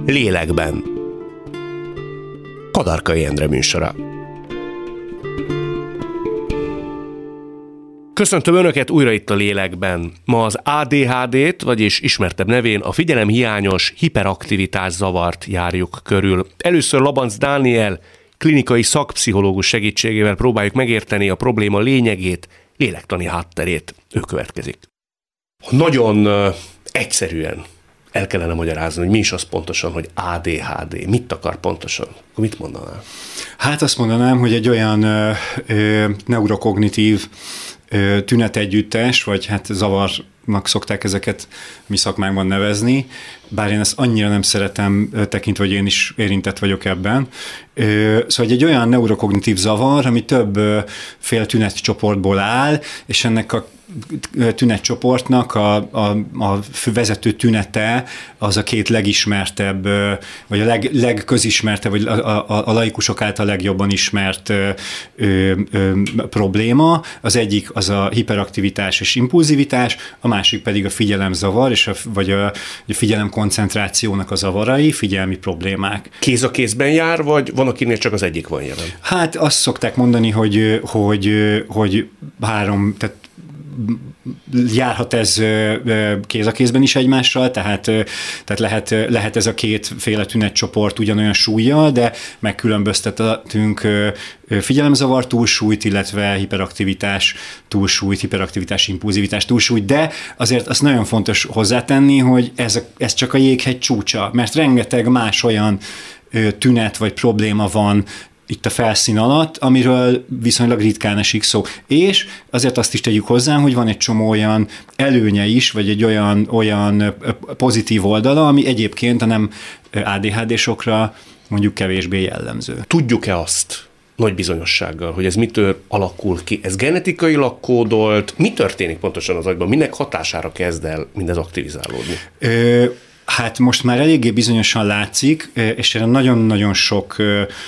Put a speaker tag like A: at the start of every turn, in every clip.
A: Lélekben. Kadarkai Endre műsora. Köszöntöm Önöket újra itt a Lélekben. Ma az ADHD-t, vagyis ismertebb nevén a figyelemhiányos hiperaktivitás zavart járjuk körül. Először Labanc Dániel klinikai szakpszichológus segítségével próbáljuk megérteni a probléma lényegét, lélektani hátterét. Ő következik. Nagyon egyszerűen el kellene magyarázni, hogy mi is az pontosan, hogy ADHD. Mit akar pontosan? Mit mondanál?
B: Hát azt mondanám, hogy egy olyan neurokognitív tünetegyüttes, vagy hát zavarnak szokták ezeket mi szakmánkban nevezni, bár én ezt annyira nem szeretem, tekintve, hogy én is érintett vagyok ebben. Szóval egy olyan neurokognitív zavar, ami több fél tünetcsoportból áll, és ennek a tünetcsoportnak a vezető tünete az a két legismertebb, vagy a legközismertebb, vagy a laikusok által legjobban ismert probléma. Az egyik az a hiperaktivitás és impulzivitás, a másik pedig a figyelemzavar, vagy a figyelemkoncentrációnak a zavarai, figyelmi problémák.
A: Kéz a kézben jár, vagy van, akinél csak az egyik van jelen?
B: Hát azt szokták mondani, hogy három, tehát járhat ez kéz a kézben is egymással, tehát lehet ez a kétféle tünetcsoport ugyanolyan súllyal, de megkülönböztetünk figyelemzavar túlsúlyt, illetve hiperaktivitás túlsúlyt, hiperaktivitás impulzivitás túlsúlyt, de azért azt nagyon fontos hozzátenni, hogy ez csak a jéghegy csúcsa, mert rengeteg más olyan tünet vagy probléma van itt a felszín alatt, amiről viszonylag ritkán esik szó. És azért azt is tegyük hozzá, hogy van egy csomó olyan előnye is, vagy egy olyan pozitív oldala, ami egyébként a nem ADHD-sokra mondjuk kevésbé jellemző.
A: Tudjuk-e azt nagy bizonyossággal, hogy ez mitől alakul ki? Ez genetikailag kódolt? Mi történik pontosan az agyban? Minek hatására kezd el mindez aktivizálódni?
B: Hát most már eléggé bizonyosan látszik, és erre nagyon-nagyon sok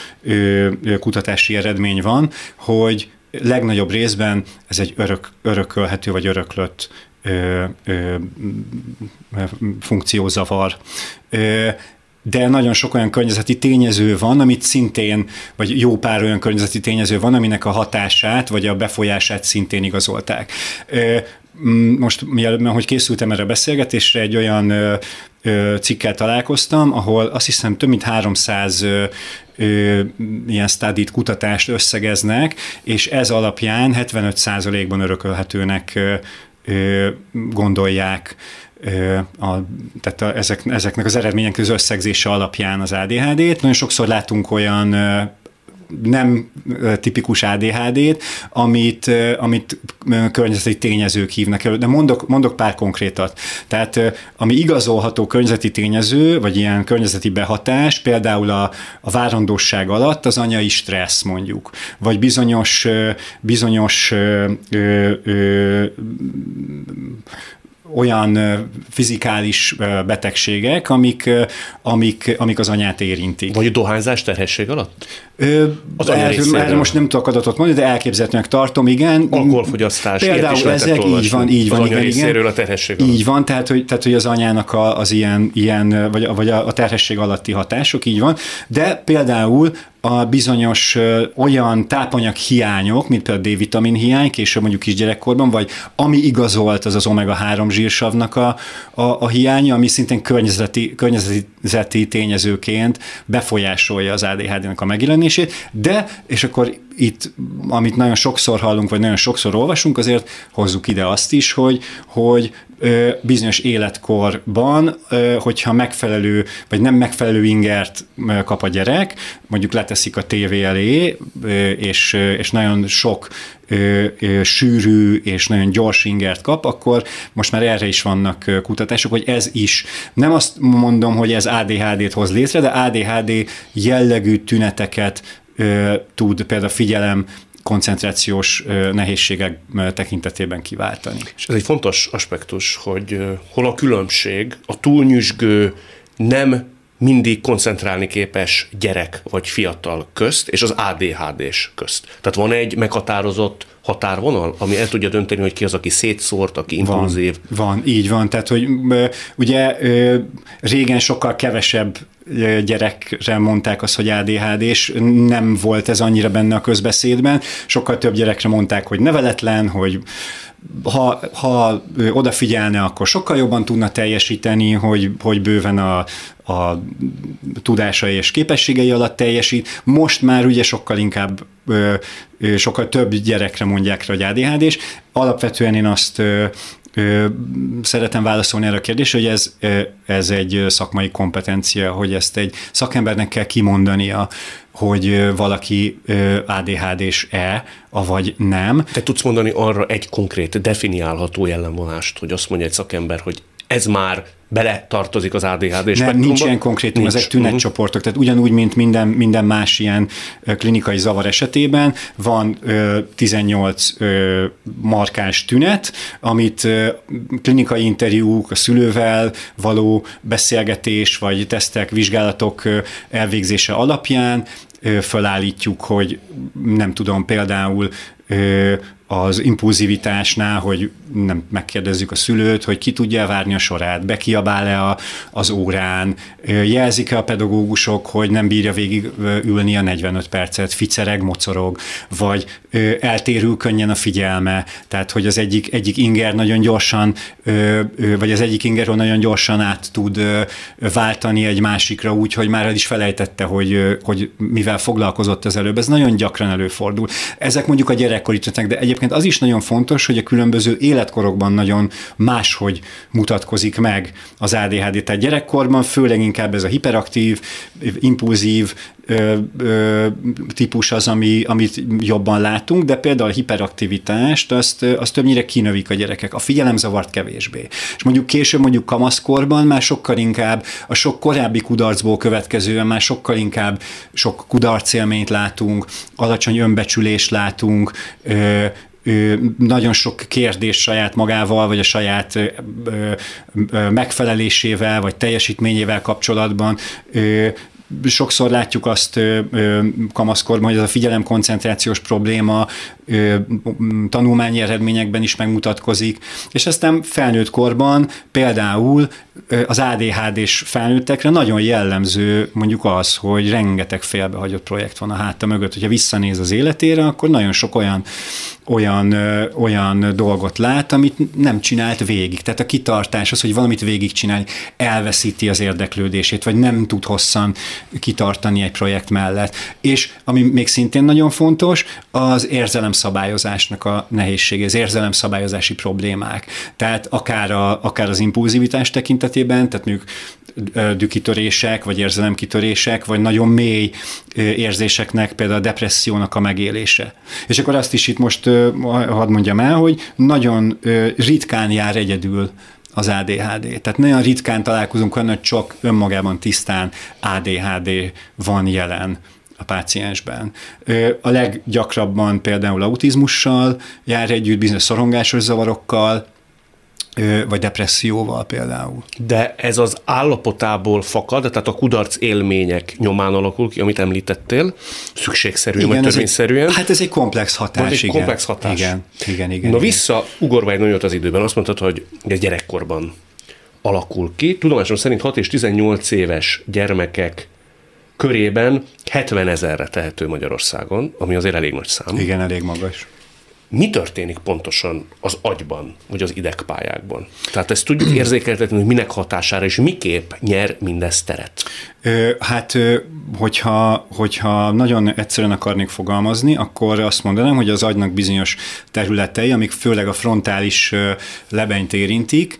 B: kutatási eredmény van, hogy legnagyobb részben ez egy örökölhető vagy öröklött funkciózavar. De nagyon sok olyan környezeti tényező van, amit szintén, vagy jó pár olyan környezeti tényező van, aminek a hatását, vagy a befolyását szintén igazolták. Most, hogy készültem erre a beszélgetésre, egy olyan cikkel találkoztam, ahol azt hiszem több mint 300 ilyen study-t, kutatást összegeznek, és ez alapján 75%-ban örökölhetőnek gondolják ezeknek az eredmények az összegzése alapján az ADHD-t. Nagyon sokszor látunk olyan nem tipikus ADHD-t, amit környezeti tényezők hívnak elő. De mondok pár konkrétat. Tehát ami igazolható környezeti tényező, vagy ilyen környezeti behatás, például a várandóság alatt az anyai stressz mondjuk, vagy bizonyos olyan fizikális betegségek, amik az anyát érintik.
A: Vagy a dohányzás terhesség alatt?
B: Erre most nem tudok adatot mondani, de elképzelhetőnek tartom, igen.
A: Alkoholfogyasztás,
B: például ezek, így van,
A: az anya részéről a terhesség alatt.
B: Így van, tehát hogy az anyának az ilyen vagy a terhesség alatti hatások, így van. De például a bizonyos olyan tápanyag hiányok, mint például D-vitamin hiány, később mondjuk kisgyerekkorban, vagy ami igazolt, az omega-3 zsírsavnak a hiánya, ami szintén környezeti tényezőként befolyásolja az ADHD-nek a megjelenését, de, és akkor itt, amit nagyon sokszor hallunk, vagy nagyon sokszor olvasunk, azért hozzuk ide azt is, hogy bizonyos életkorban, hogyha megfelelő, vagy nem megfelelő ingert kap a gyerek, mondjuk leteszik a tévé elé, és nagyon sok sűrű és nagyon gyors ingert kap, akkor most már erre is vannak kutatások, hogy ez is. Nem azt mondom, hogy ez ADHD-t hoz létre, de ADHD jellegű tüneteket tud például figyelem, koncentrációs nehézségek tekintetében kiváltani.
A: És ez egy fontos aspektus, hogy hol a különbség a túlnyüzsgő, nem mindig koncentrálni képes gyerek vagy fiatal közt, és az ADHD-s közt. Tehát van egy meghatározott határvonal, ami el tudja dönteni, hogy ki az, aki szétszórt, aki impulzív?
B: Van, így van. Tehát, hogy ugye régen sokkal kevesebb gyerekre mondták azt, hogy ADHD-s, nem volt ez annyira benne a közbeszédben, sokkal több gyerekre mondták, hogy neveletlen, hogy ha odafigyelne, akkor sokkal jobban tudna teljesíteni, hogy bőven a tudása és képességei alatt teljesít. Most már ugye sokkal több gyerekre mondják rá, hogy ADHD-s. Alapvetően én azt szeretem válaszolni erre a kérdésre, hogy ez egy szakmai kompetencia, hogy ezt egy szakembernek kell kimondania, hogy valaki ADHD-s-e, avagy nem.
A: Te tudsz mondani arra egy konkrét, definiálható jellemvonást, hogy azt mondja egy szakember, hogy ez már bele tartozik az ADHD spektrumba?
B: Nincs ilyen konkrétum, ezek tünetcsoportok, tehát ugyanúgy, mint minden más ilyen klinikai zavar esetében van 18 markáns tünet, amit klinikai interjúk, a szülővel való beszélgetés, vagy tesztek, vizsgálatok elvégzése alapján fölállítjuk, hogy nem tudom, például az impulzivitásnál, hogy nem megkérdezzük a szülőt, hogy ki tudja várni a sorát, bekiabál-e az órán, jelzik-e a pedagógusok, hogy nem bírja végig ülni a 45 percet, ficereg, mocorog, vagy eltérül könnyen a figyelme, tehát hogy az egyik inger nagyon gyorsan, vagy az egyik ingerről nagyon gyorsan át tud váltani egy másikra úgy, hogy már el is felejtette, hogy mivel foglalkozott az előbb. Ez nagyon gyakran előfordul. Ezek mondjuk a gyerekkori tünetek, de egyébként az is nagyon fontos, hogy a különböző életkorokban nagyon máshogy mutatkozik meg az ADHD. Tehát gyerekkorban főleg inkább ez a hiperaktív, impulzív típus az, amit jobban látunk, de például a hiperaktivitást azt többnyire kinövik a gyerekek, a figyelemzavart kevésbé. És mondjuk később, mondjuk kamaszkorban már sokkal inkább a sok korábbi kudarcból következően már sokkal inkább sok kudarcélményt látunk, alacsony önbecsülést látunk, nagyon sok kérdés saját magával, vagy a saját megfelelésével, vagy teljesítményével kapcsolatban. Sokszor látjuk azt kamaszkorban, hogy ez a figyelemkoncentrációs probléma tanulmányi eredményekben is megmutatkozik, és aztán felnőtt korban például az ADHD-s felnőttekre nagyon jellemző mondjuk az, hogy rengeteg félbehagyott projekt van a háta mögött. Hogyha visszanéz az életére, akkor nagyon sok olyan dolgot lát, amit nem csinált végig. Tehát a kitartás, az, hogy valamit végigcsinálni, elveszíti az érdeklődését, vagy nem tud hosszan kitartani egy projekt mellett. És ami még szintén nagyon fontos, az érzelemszabályozásnak a nehézsége, az érzelemszabályozási problémák. Tehát akár az impulzivitás tekintetében, tehát mondjuk dühkitörések, vagy érzelemkitörések, vagy nagyon mély érzéseknek, például a depressziónak a megélése. És akkor azt is itt most hadd mondjam el, hogy nagyon ritkán jár egyedül az ADHD. Tehát nagyon ritkán találkozunk olyan, hogy csak önmagában tisztán ADHD van jelen a páciensben. A leggyakrabban például autizmussal jár együtt, bizonyos szorongásos zavarokkal, vagy depresszióval például.
A: De ez az állapotából fakad, tehát a kudarc élmények nyomán alakul ki, amit említettél, szükségszerűen, vagy törvényszerűen.
B: Hát ez egy komplex hatás,
A: igen. Komplex hatás.
B: Igen.
A: Na visszaugorva egy nagyot az időben, azt mondtad, hogy ez gyerekkorban alakul ki. Tudomásom szerint 6 és 18 éves gyermekek körében 70 000-re tehető Magyarországon, ami azért elég nagy szám.
B: Igen, elég magas.
A: Mi történik pontosan az agyban, vagy az idegpályákban? Tehát ezt tudjuk érzékeltetni, hogy minek hatására, és miképp nyer mindez teret?
B: Hát, hogyha nagyon egyszerűen akarnék fogalmazni, akkor azt mondanám, hogy az agynak bizonyos területei, amik főleg a frontális lebenyt érintik,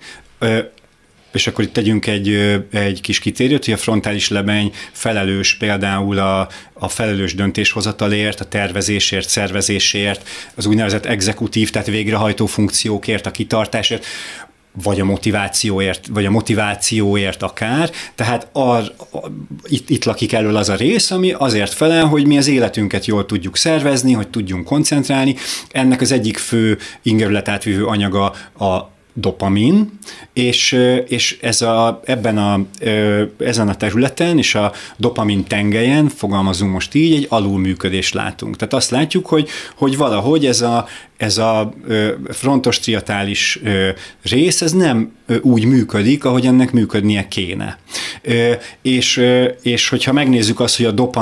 B: és akkor itt tegyünk egy kis kitérőt, hogy a frontális lebeny felelős például a felelős döntéshozatalért, a tervezésért, szervezésért, az úgynevezett exekutív, tehát végrehajtó funkciókért, a kitartásért, vagy a motivációért akár. Tehát itt lakik elől az a rész, ami azért felel, hogy mi az életünket jól tudjuk szervezni, hogy tudjunk koncentrálni. Ennek az egyik fő ingerület átvívő anyaga a dopamin, és ezen a területen és a dopamin tengelyen, fogalmazunk most így, egy alulműködést látunk. Tehát azt látjuk, hogy valahogy ez a frontos striatális rész, ez nem úgy működik, ahogy ennek működnie kéne. És hogyha megnézzük azt, hogy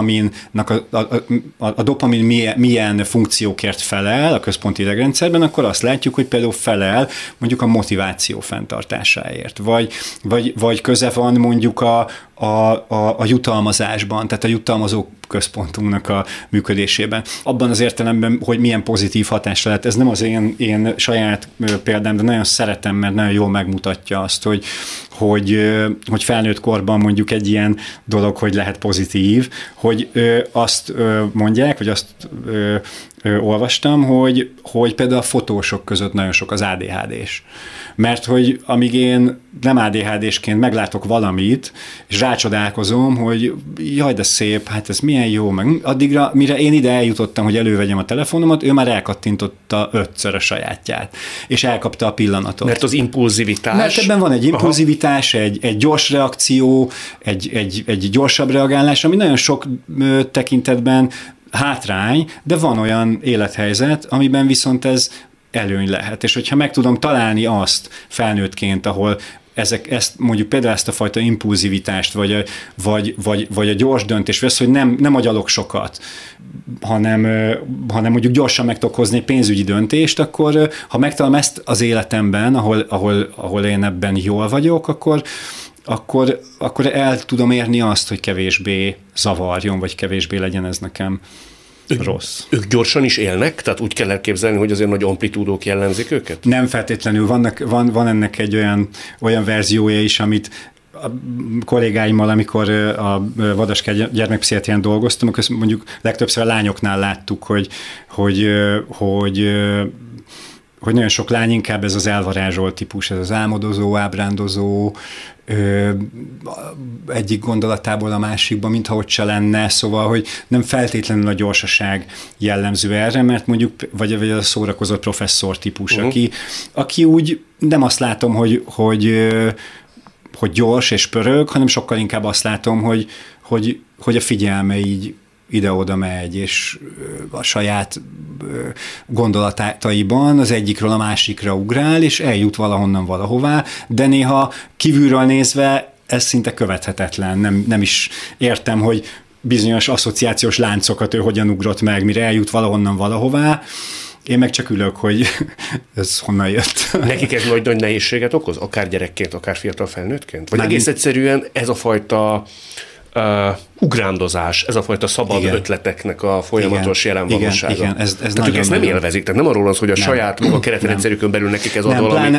B: a dopamin milyen funkciókért felel a központi idegrendszerben, akkor azt látjuk, hogy például felel mondjuk a motiváció fenntartásáért, vagy köze van mondjuk a jutalmazásban, tehát a jutalmazó központunknak a működésében. Abban az értelemben, hogy milyen pozitív hatás lehet. Ez nem az én saját példám, de nagyon szeretem, mert nagyon jól megmutatja azt, hogy felnőtt korban mondjuk egy ilyen dolog, hogy lehet pozitív, hogy azt mondják, vagy azt olvastam, hogy például a fotósok között nagyon sok az ADHD-s. Mert hogy amíg én nem ADHD-sként meglátok valamit, és rácsodálkozom, hogy jaj, de szép, hát ez milyen jó, meg addigra, mire én ide eljutottam, hogy elővegyem a telefonomat, ő már elkattintotta 5-ször a sajátját, és elkapta a pillanatot.
A: Mert az impulzivitás...
B: Mert ebben van egy impulzivitás, egy gyors reakció, egy gyorsabb reagálás, ami nagyon sok tekintetben hátrány, de van olyan élethelyzet, amiben viszont ez előny lehet. És hogyha meg tudom találni azt felnőttként, ahol ezt mondjuk például ezt a fajta impulzivitást, vagy a gyors döntés vesz, hogy nem agyalok sokat, hanem mondjuk gyorsan meg tudok hozni egy pénzügyi döntést, akkor ha megtalálom ezt az életemben, ahol én ebben jól vagyok, akkor el tudom érni azt, hogy kevésbé zavarjon, vagy kevésbé legyen ez nekem rossz.
A: Ők gyorsan is élnek? Tehát úgy kell elképzelni, hogy azért nagy amplitúdók jellemzik őket?
B: Nem feltétlenül. Van ennek egy olyan verziója is, amit a kollégáimmal, amikor a Vadaskár gyermekpszichiátrián dolgoztam, akkor mondjuk legtöbbször a lányoknál láttuk, hogy nagyon sok lány inkább ez az elvarázsolt típus, ez az álmodozó, ábrándozó, egyik gondolatából a másikba, mintha ott se lenne, szóval, hogy nem feltétlenül a gyorsaság jellemző erre, mert mondjuk, vagy a szórakozott professzor típus, aki úgy nem azt látom, hogy gyors és pörög, hanem sokkal inkább azt látom, hogy a figyelme így ide-oda megy, és a saját gondolataiban az egyikről a másikra ugrál, és eljut valahonnan valahová, de néha kívülről nézve ez szinte követhetetlen. Nem is értem, hogy bizonyos asszociációs láncokat ő hogyan ugrott meg, mire eljut valahonnan valahová. Én meg csak ülök, hogy ez honnan jött.
A: Nekik ez nagy nehézséget okoz? Akár gyerekként, akár fiatal felnőttként? Vagy egész egyszerűen ez a fajta ugrándozás, ez a fajta szabad ötleteknek a folyamatos jelenvalósága. Igen, ez tehát ők ezt nem élvezik, tehát nem arról van, hogy a saját maga keretrendszerükön belül nekik ez a dolog.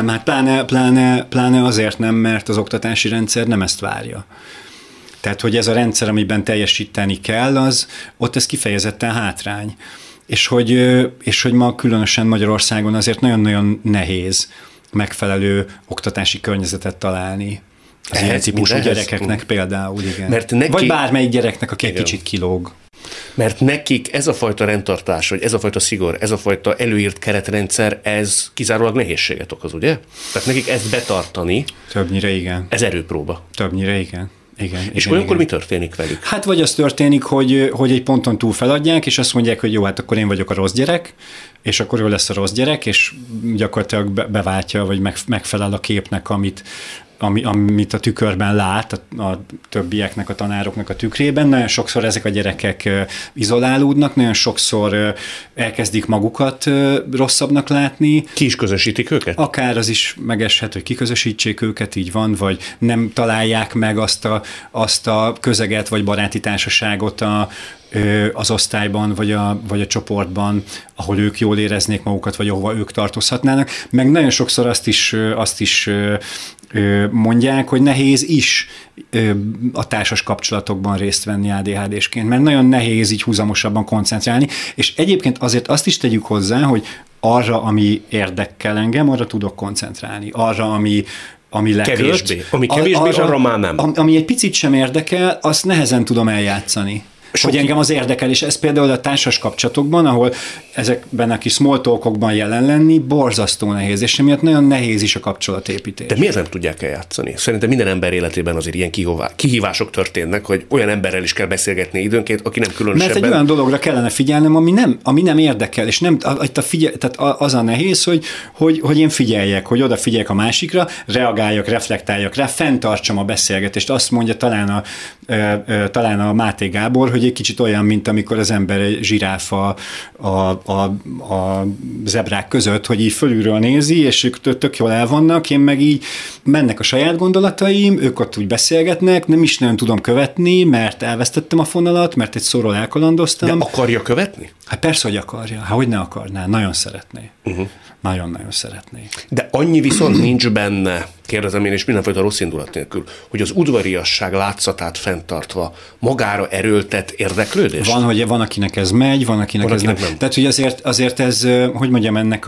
B: Pláne azért nem, mert az oktatási rendszer nem ezt várja. Tehát, hogy ez a rendszer, amiben teljesíteni kell, ott ez kifejezetten hátrány. És hogy ma különösen Magyarországon azért nagyon-nagyon nehéz megfelelő oktatási környezetet találni. Az ilyen típusú gyerekeknek például, igen. Vagy bármelyik gyereknek, aki egy kicsit kilóg.
A: Mert nekik ez a fajta rendtartás, vagy ez a fajta szigor, ez a fajta előírt keretrendszer, ez kizárólag nehézséget okoz, ugye? Tehát nekik ezt betartani.
B: Többnyire igen.
A: Ez erőpróba.
B: Többnyire igen.
A: És olyankor mi történik velük?
B: Hát vagy az történik, hogy egy ponton túl feladják, és azt mondják, hogy jó, hát akkor én vagyok a rossz gyerek, és akkor ő lesz a rossz gyerek, és gyakorlatilag beváltja, vagy megfelel a képnek, amit a tükörben lát, a többieknek, a tanároknak a tükrében. Nagyon sokszor ezek a gyerekek izolálódnak, nagyon sokszor elkezdik magukat rosszabbnak látni.
A: Ki is közösítik őket?
B: Akár az is megeshet, hogy kiközösítsék őket, így van, vagy nem találják meg azt a közeget, vagy baráti társaságot az osztályban, vagy a csoportban, ahol ők jól éreznék magukat, vagy ahova ők tartozhatnának. Meg nagyon sokszor azt is mondják, hogy nehéz is a társas kapcsolatokban részt venni ADHD-sként, mert nagyon nehéz így húzamosabban koncentrálni, és egyébként azért azt is tegyük hozzá, hogy arra, ami érdekel engem, arra tudok koncentrálni. Arra, ami lekölt.
A: Ami kevésbé, arra már nem.
B: Ami egy picit sem érdekel, azt nehezen tudom eljátszani. hogy engem az érdekel, és ez például a társas kapcsolatokban, ahol ezekben a kis small talkokban jelen lenni, borzasztó nehéz, és emiatt nagyon nehéz is a kapcsolatépítés.
A: De miért nem tudják eljátszani? Szerintem minden ember életében azért ilyen kihívások történnek, hogy olyan emberrel is kell beszélgetni időnként, aki nem különösebben.
B: Mert egy olyan dologra kellene figyelnem, ami nem érdekel, és nem, tehát az a nehéz, hogy én figyeljek, hogy odafigyeljek a másikra, reagáljak, reflektáljak rá, fenntartsam a beszélgetést. Azt mondja talán a Máté Gábor, hogy egy kicsit olyan, mint amikor az ember egy zsiráf a zebrák között, hogy így fölülről nézi, és ők tök jól el vannak, én meg így mennek a saját gondolataim, ők ott úgy beszélgetnek, nem is nagyon tudom követni, mert elvesztettem a fonalat, mert egy szóról elkalandoztam.
A: De akarja követni?
B: Hát persze, hogy akarja. Hát hogy ne akarná? Nagyon szeretné. Nagyon-nagyon szeretné.
A: De annyi viszont nincs benne, kérdezem én, és mindenfajta rossz indulat nélkül, hogy az udvariasság látszatát fenntartva magára erőltet érdeklődés?
B: Van, akinek ez megy, van, akinek ez nem. Tehát, hogy azért ez, hogy mondjam, ennek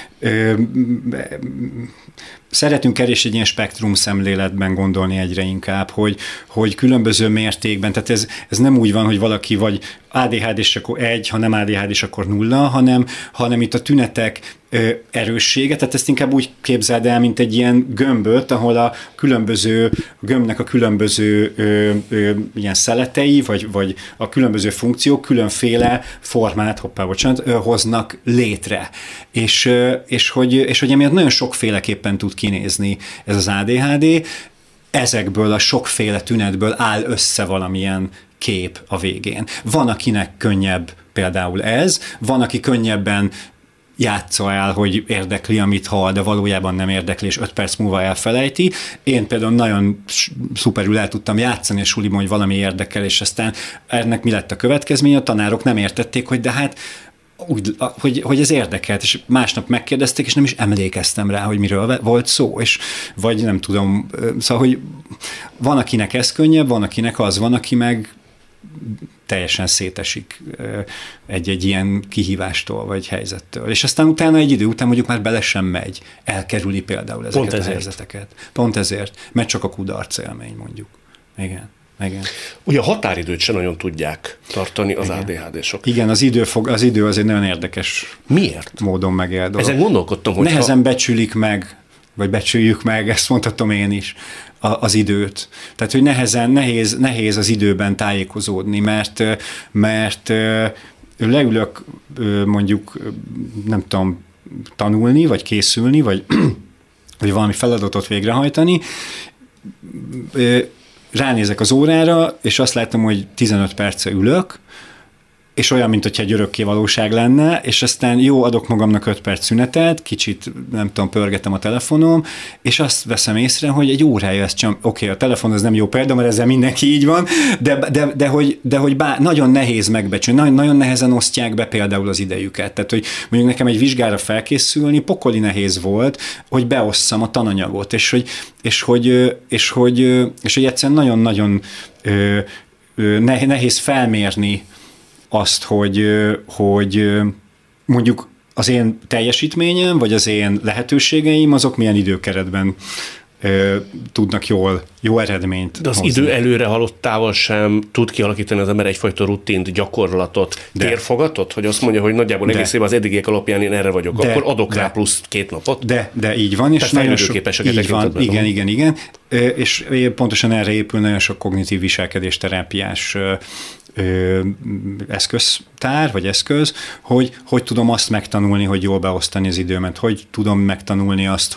B: szeretünk is egy ilyen spektrum szemléletben gondolni egyre inkább, hogy különböző mértékben, tehát ez nem úgy van, hogy valaki vagy ADHD-s akkor 1, ha nem ADHD-s akkor 0, hanem itt a tünetek erőssége, tehát ezt inkább úgy képzeld el, mint egy ilyen gömböt, ahol a gömbnek a különböző ilyen szeletei, vagy a különböző funkciók különféle formát, hoznak létre. És hogy emiatt nagyon sokféleképpen tud kinézni ez az ADHD, ezekből a sokféle tünetből áll össze valamilyen kép a végén. Van, akinek könnyebb például ez, van, aki könnyebben játsza el, hogy érdekli, amit hall, de valójában nem érdekli, és 5 perc múlva elfelejti. Én például nagyon szuperül el tudtam játszani a suliban, hogy valami érdekel, és aztán ennek mi lett a következménye? A tanárok nem értették, hogy de hát hogy ez érdekelt, és másnap megkérdezték, és nem is emlékeztem rá, hogy miről volt szó, és vagy nem tudom, szóval, hogy van, akinek ez könnyebb, van, akinek az, van, aki meg teljesen szétesik egy ilyen kihívástól, vagy helyzettől. És aztán utána egy idő után mondjuk már bele sem megy, elkerüli például ezeket a helyzeteket. Pont ezért, mert csak a kudarc élmény mondjuk. Igen.
A: Ugye a határidőt sem nagyon tudják tartani az ADHD-sok.
B: Igen, az idő az egy nagyon érdekes módon megél dolog.
A: Ezen gondolkodtam, hogy
B: nehezen becsülik meg, vagy becsüljük meg, ezt mondhatom én is, az időt. Tehát, hogy nehéz az időben tájékozódni, mert leülök mondjuk, nem tudom, tanulni, vagy készülni, vagy valami feladatot végrehajtani, ránézek az órára, és azt látom, hogy 15 perce ülök, és olyan, mint hogyha egy örökké valóság lenne, és aztán adok magamnak 5 perc szünetet, kicsit, nem tudom, pörgetem a telefonom, és azt veszem észre, hogy egy órája ez csak, oké, a telefon az nem jó példa, mert ezzel mindenki így van, de hogy nagyon nehéz megbecsülni, nagyon nehezen osztják be például az idejüket. Tehát, hogy mondjuk nekem egy vizsgára felkészülni, pokoli nehéz volt, hogy beosszam a tananyagot, és hogy egyszerűen nagyon-nagyon nehéz felmérni azt, hogy mondjuk az én teljesítményem, vagy az én lehetőségeim, azok milyen időkeretben tudnak jó eredményt
A: De az
B: hozni.
A: idő előre halottával sem tud kialakítani az ember egyfajta rutint, gyakorlatot, térfogatot, hogy azt mondja, hogy nagyjából egész évben az eddigiek alapján én erre vagyok, akkor adok rá plusz 2 napot?
B: De így van. És
A: nagyon fejlődőképesek tekintetben.
B: Igen. És pontosan erre épül nagyon sok kognitív viselkedésterápiás eszköztár, vagy eszköz, hogy tudom azt megtanulni, hogy jól beosztani az időmet, hogy tudom megtanulni azt,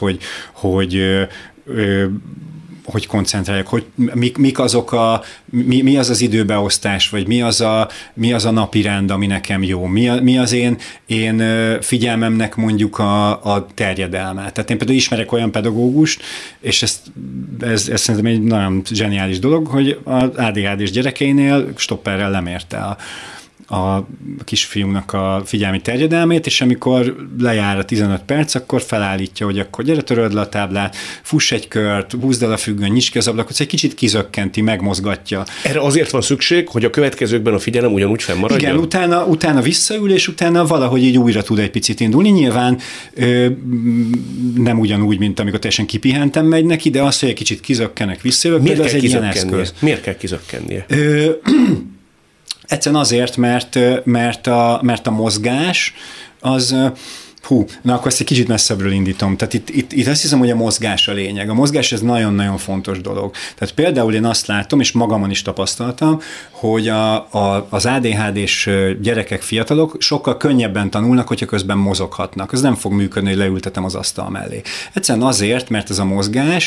B: hogy koncentráljak, hogy mik azok mi az az időbeosztás, vagy mi az a napirend, ami nekem jó, mi az én figyelmemnek mondjuk a terjedelme. Tehát én például ismerek olyan pedagógust, és ez szerintem egy nagyon zseniális dolog, hogy az ADHD-s gyerekeinél stopperrel lemérte a kisfiúnak a figyelmi terjedelmét, és amikor lejár a 15 perc, akkor felállítja, hogy akkor gyere, töröld le a táblát, fuss egy kört, húzd el a függöny, nyisd ki az ablakot, egy kicsit kizökkenti, megmozgatja.
A: Erre azért van szükség, hogy a következőkben a figyelem ugyanúgy fennmaradjon?
B: Igen, utána visszaül, és utána valahogy így újra tud egy picit indulni. Nyilván nem ugyanúgy, mint amikor teljesen kipihentem megy neki, de az, hogy egy kicsit kizökkenek, visszajövök,
A: Miért
B: az egy ilyen eszköz.
A: Miért kell kizökkennie?
B: Egyszerűen azért, mert a mozgás az... Na akkor ezt egy kicsit messzebbről indítom. Tehát itt azt hiszem, hogy a mozgás a lényeg. A mozgás ez nagyon-nagyon fontos dolog. Tehát például én azt látom, és magamon is tapasztaltam, hogy az ADHD-s gyerekek, fiatalok sokkal könnyebben tanulnak, hogyha közben mozoghatnak. Ez nem fog működni, hogy leültetem az asztal mellé. Egyszerűen azért, mert ez a mozgás,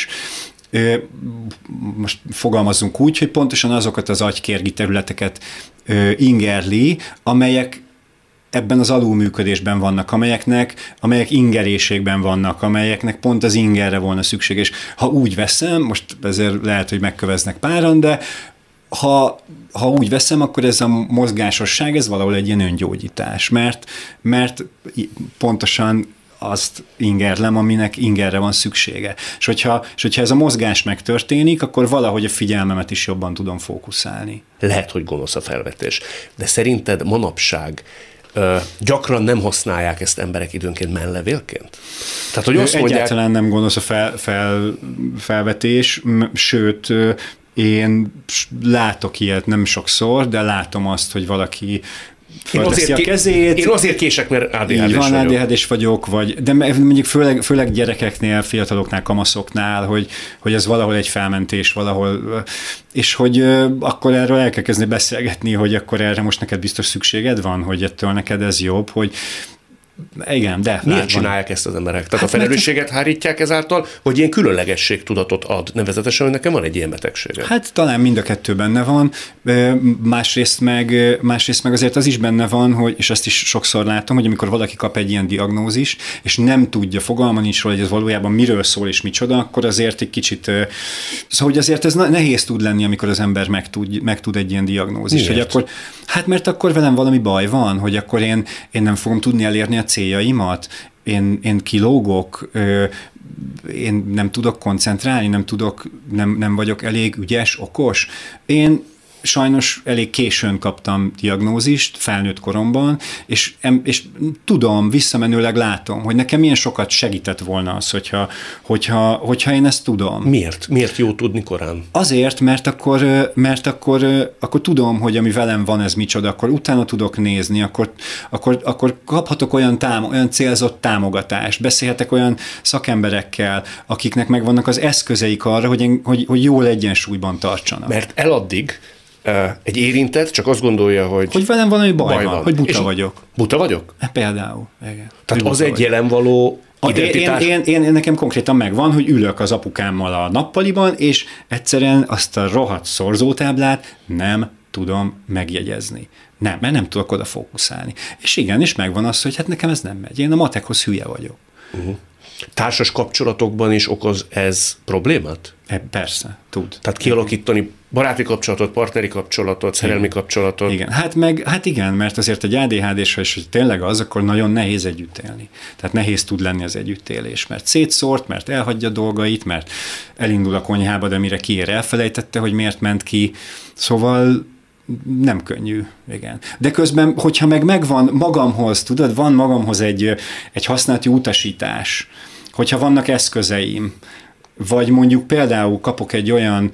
B: most fogalmazzunk úgy, hogy pontosan azokat az agykérgi területeket ingerli, amelyek ebben az alulműködésben vannak, amelyek ingeréségben vannak, amelyeknek pont az ingerre volna szükség. És ha úgy veszem, most ezért lehet, hogy megköveznek páran, de ha úgy veszem, akkor ez a mozgásosság, ez valahol egy ilyen öngyógyítás, mert pontosan azt ingerlem, aminek ingerre van szüksége. És hogyha ez a mozgás megtörténik, akkor valahogy a figyelmemet is jobban tudom fókuszálni.
A: Lehet, hogy gonosz a felvetés, de szerinted manapság gyakran nem használják ezt emberek időnként mellevélként? Tehát, hogy azt mondják...
B: Egyáltalán nem gonosz a felvetés, sőt, én látok ilyet nem sokszor, de látom azt, hogy valaki fölteszi a kezét.
A: Én azért kések, mert ADHD-s
B: vagyok.
A: ADHD-s
B: vagyok, de mondjuk főleg gyerekeknél, fiataloknál, kamaszoknál, hogy ez valahol egy felmentés, valahol, és hogy akkor erről el kell kezdeni beszélgetni, hogy akkor erre most neked biztos szükséged van, hogy ettől neked ez jobb, hogy igen, de...
A: Miért csinálják ezt az emberek? Tehát a felelősséget hárítják ezáltal, hogy ilyen különlegességtudatot ad, nevezetesen, hogy nekem van egy ilyen betegségem.
B: Hát talán mind a kettő benne van, másrészt meg azért az is benne van, hogy, és ezt is sokszor látom, hogy amikor valaki kap egy ilyen diagnózis, és nem tudja, fogalma nincs róla, hogy ez valójában miről szól és micsoda, akkor azért egy kicsit, szóval hogy azért ez nehéz tud lenni, amikor az ember megtud egy ilyen diagnózist. Hogy akkor, hát mert akkor velem valami baj van, hogy akkor én nem fogom tudni elérni a céljaimat, én kilógok, én nem tudok koncentrálni, nem vagyok elég ügyes, okos. Én sajnos elég későn kaptam diagnózist, felnőtt koromban, és tudom, visszamenőleg látom, hogy nekem milyen sokat segített volna az, hogyha én ezt tudom.
A: Miért? Miért jó tudni korán?
B: Azért, mert akkor tudom, hogy ami velem van, ez micsoda, akkor utána tudok nézni, akkor kaphatok olyan célzott támogatást, beszélhetek olyan szakemberekkel, akiknek megvannak az eszközeik arra, hogy jól egyensúlyban tartsanak.
A: Mert eladdig egy érintett csak azt gondolja, hogy
B: velem valami baj van, hogy buta vagyok.
A: Buta vagyok?
B: Például, igen.
A: Tehát az egy jelen való identitás?
B: Én nekem konkrétan megvan, hogy ülök az apukámmal a nappaliban, és egyszerűen azt a rohadt szorzótáblát nem tudom megjegyezni. Mert nem tudok oda fókuszálni. És igen, és megvan az, hogy hát nekem ez nem megy. Én a matekhoz hülye vagyok.
A: Uh-huh. Társas kapcsolatokban is okoz ez problémát?
B: Persze, tud.
A: Tehát kialakítani baráti kapcsolatot, partneri kapcsolatot, szerelmi kapcsolatot.
B: Igen, hát igen, mert azért egy ADHD-s, és hogy tényleg az, akkor nagyon nehéz együtt élni. Tehát nehéz tud lenni az együttélés, mert szétszórt, mert elhagyja dolgait, mert elindul a konyhába, de mire kiér, elfelejtette, hogy miért ment ki. Szóval nem könnyű, igen. De közben, hogyha megvan magamhoz, tudod, van magamhoz egy használati utasítás, hogyha vannak eszközeim, vagy mondjuk például kapok egy olyan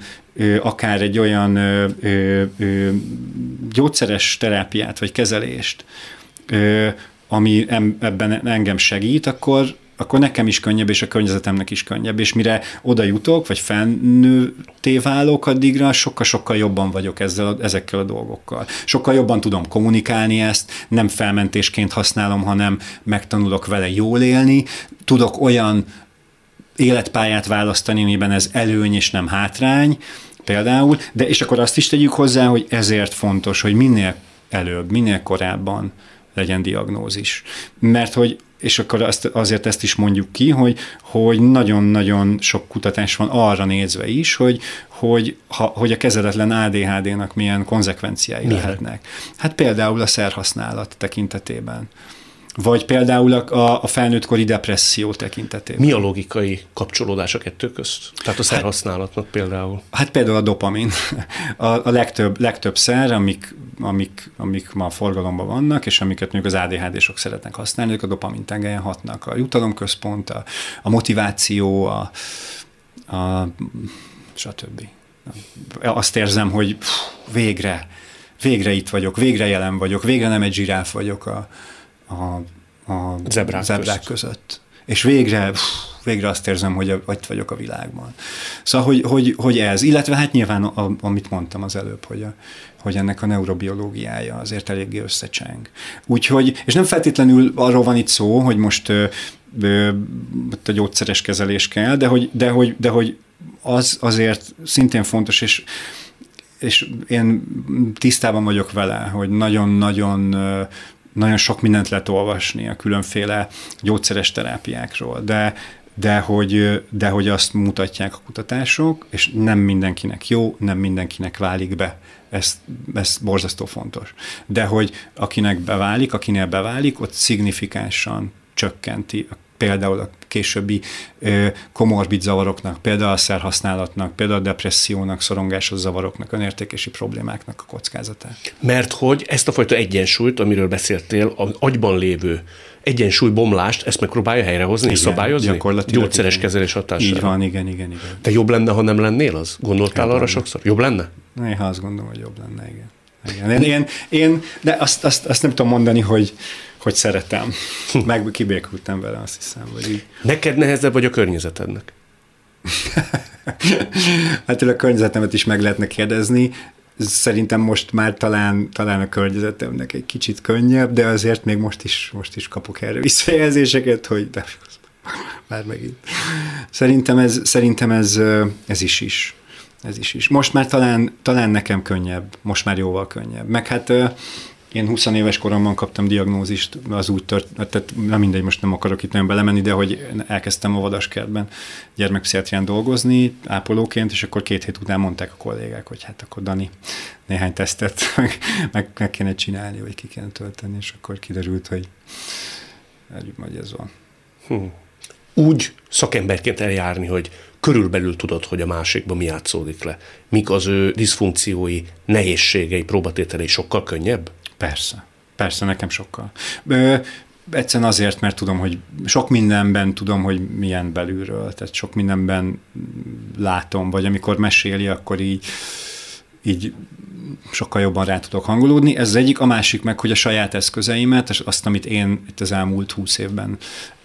B: gyógyszeres terápiát, vagy kezelést, ami ebben engem segít, akkor nekem is könnyebb, és a környezetemnek is könnyebb, és mire oda jutok, vagy felnőtté válok, addigra sokkal jobban vagyok ezekkel a dolgokkal. Sokkal jobban tudom kommunikálni ezt, nem felmentésként használom, hanem megtanulok vele jól élni, tudok olyan életpályát választani, amiben ez előny és nem hátrány, például, de és akkor azt is tegyük hozzá, hogy ezért fontos, hogy minél előbb, minél korábban legyen diagnózis. Mert hogy, és akkor azért ezt is mondjuk ki, hogy nagyon-nagyon sok kutatás van arra nézve is, hogy a kezeletlen ADHD-nak milyen konzekvenciái lehetnek. Hát például a szerhasználat tekintetében. Vagy például a felnőttkori depresszió tekintetében.
A: Mi a logikai kapcsolódás a kettő közt? Tehát a szerhasználatnak például?
B: Hát például a dopamin. A legtöbb szer, amik ma forgalomban vannak, és amiket mondjuk az ADHD-sok szeretnek használni, ők a dopamin tengelyen hatnak. A jutalomközpont, a motiváció, stb. Azt érzem, hogy végre végre itt vagyok, végre jelen vagyok, végre nem egy zsiráf vagyok a zebrák között. És végre azt érzem, hogy itt vagyok a világban. Szóval, hogy ez, illetve hát nyilván, amit mondtam az előbb, hogy ennek a neurobiológiája azért eléggé összecseng. Úgyhogy, és nem feltétlenül arról van itt szó, hogy most a gyógyszeres kezelés kell, de hogy az azért szintén fontos, és én tisztában vagyok vele, hogy nagyon sok mindent lehet olvasni a különféle gyógyszeres terápiákról, de hogy azt mutatják a kutatások, és nem mindenkinek jó, nem mindenkinek válik be. Ez borzasztó fontos. De hogy akinél beválik, ott szignifikánsan csökkenti például a későbbi komorbid zavaroknak, például a szerhasználatnak, például a depressziónak, szorongásos zavaroknak, önértékési problémáknak a kockázatát.
A: Mert hogy ezt a fajta egyensúlyt, amiről beszéltél, az agyban lévő egyensúlybomlást, ezt megpróbálja helyrehozni és szabályozni? Gyógyszeres kezelés hatására.
B: Így van, igen.
A: Te jobb lenne, ha nem lennél az? Gondoltál arra sokszor? Jobb lenne?
B: Néha azt gondolom, hogy jobb lenne, igen. Én de azt nem tudom mondani, hogy szeretem. Meg kibékültem vele, azt hiszem. Hogy így.
A: Neked nehezebb, vagy a környezetednek?
B: Hát a környezetemet is meg lehetne kérdezni. Szerintem most már talán a környezetemnek egy kicsit könnyebb, de azért még most is kapok erre visszajelzéseket, hogy de már megint. Szerintem ez is. Most már talán nekem könnyebb, most már jóval könnyebb. Meg hát én 20 éves koromban kaptam diagnózist, az úgy tehát nem mindegy, most nem akarok itt nagyon belemenni, de hogy elkezdtem a vadaskertben gyermekpszichiátrián dolgozni, ápolóként, és akkor 2 hét után mondták a kollégák, hogy hát akkor Dani, néhány tesztet meg kéne csinálni, vagy ki kéne tölteni, és akkor kiderült, hogy ez van.
A: Úgy szakemberként eljárni, hogy körülbelül tudod, hogy a másikban mi játszódik le. Mik az ő diszfunkciói, nehézségei, próbatételei sokkal könnyebb?
B: Persze, nekem sokkal. Egyszerűen azért, mert tudom, hogy sok mindenben tudom, hogy milyen belülről, tehát sok mindenben látom, vagy amikor meséli, akkor így sokkal jobban rá tudok hangolódni. Ez az egyik, a másik meg, hogy a saját eszközeimet, azt, amit én itt az elmúlt 20 évben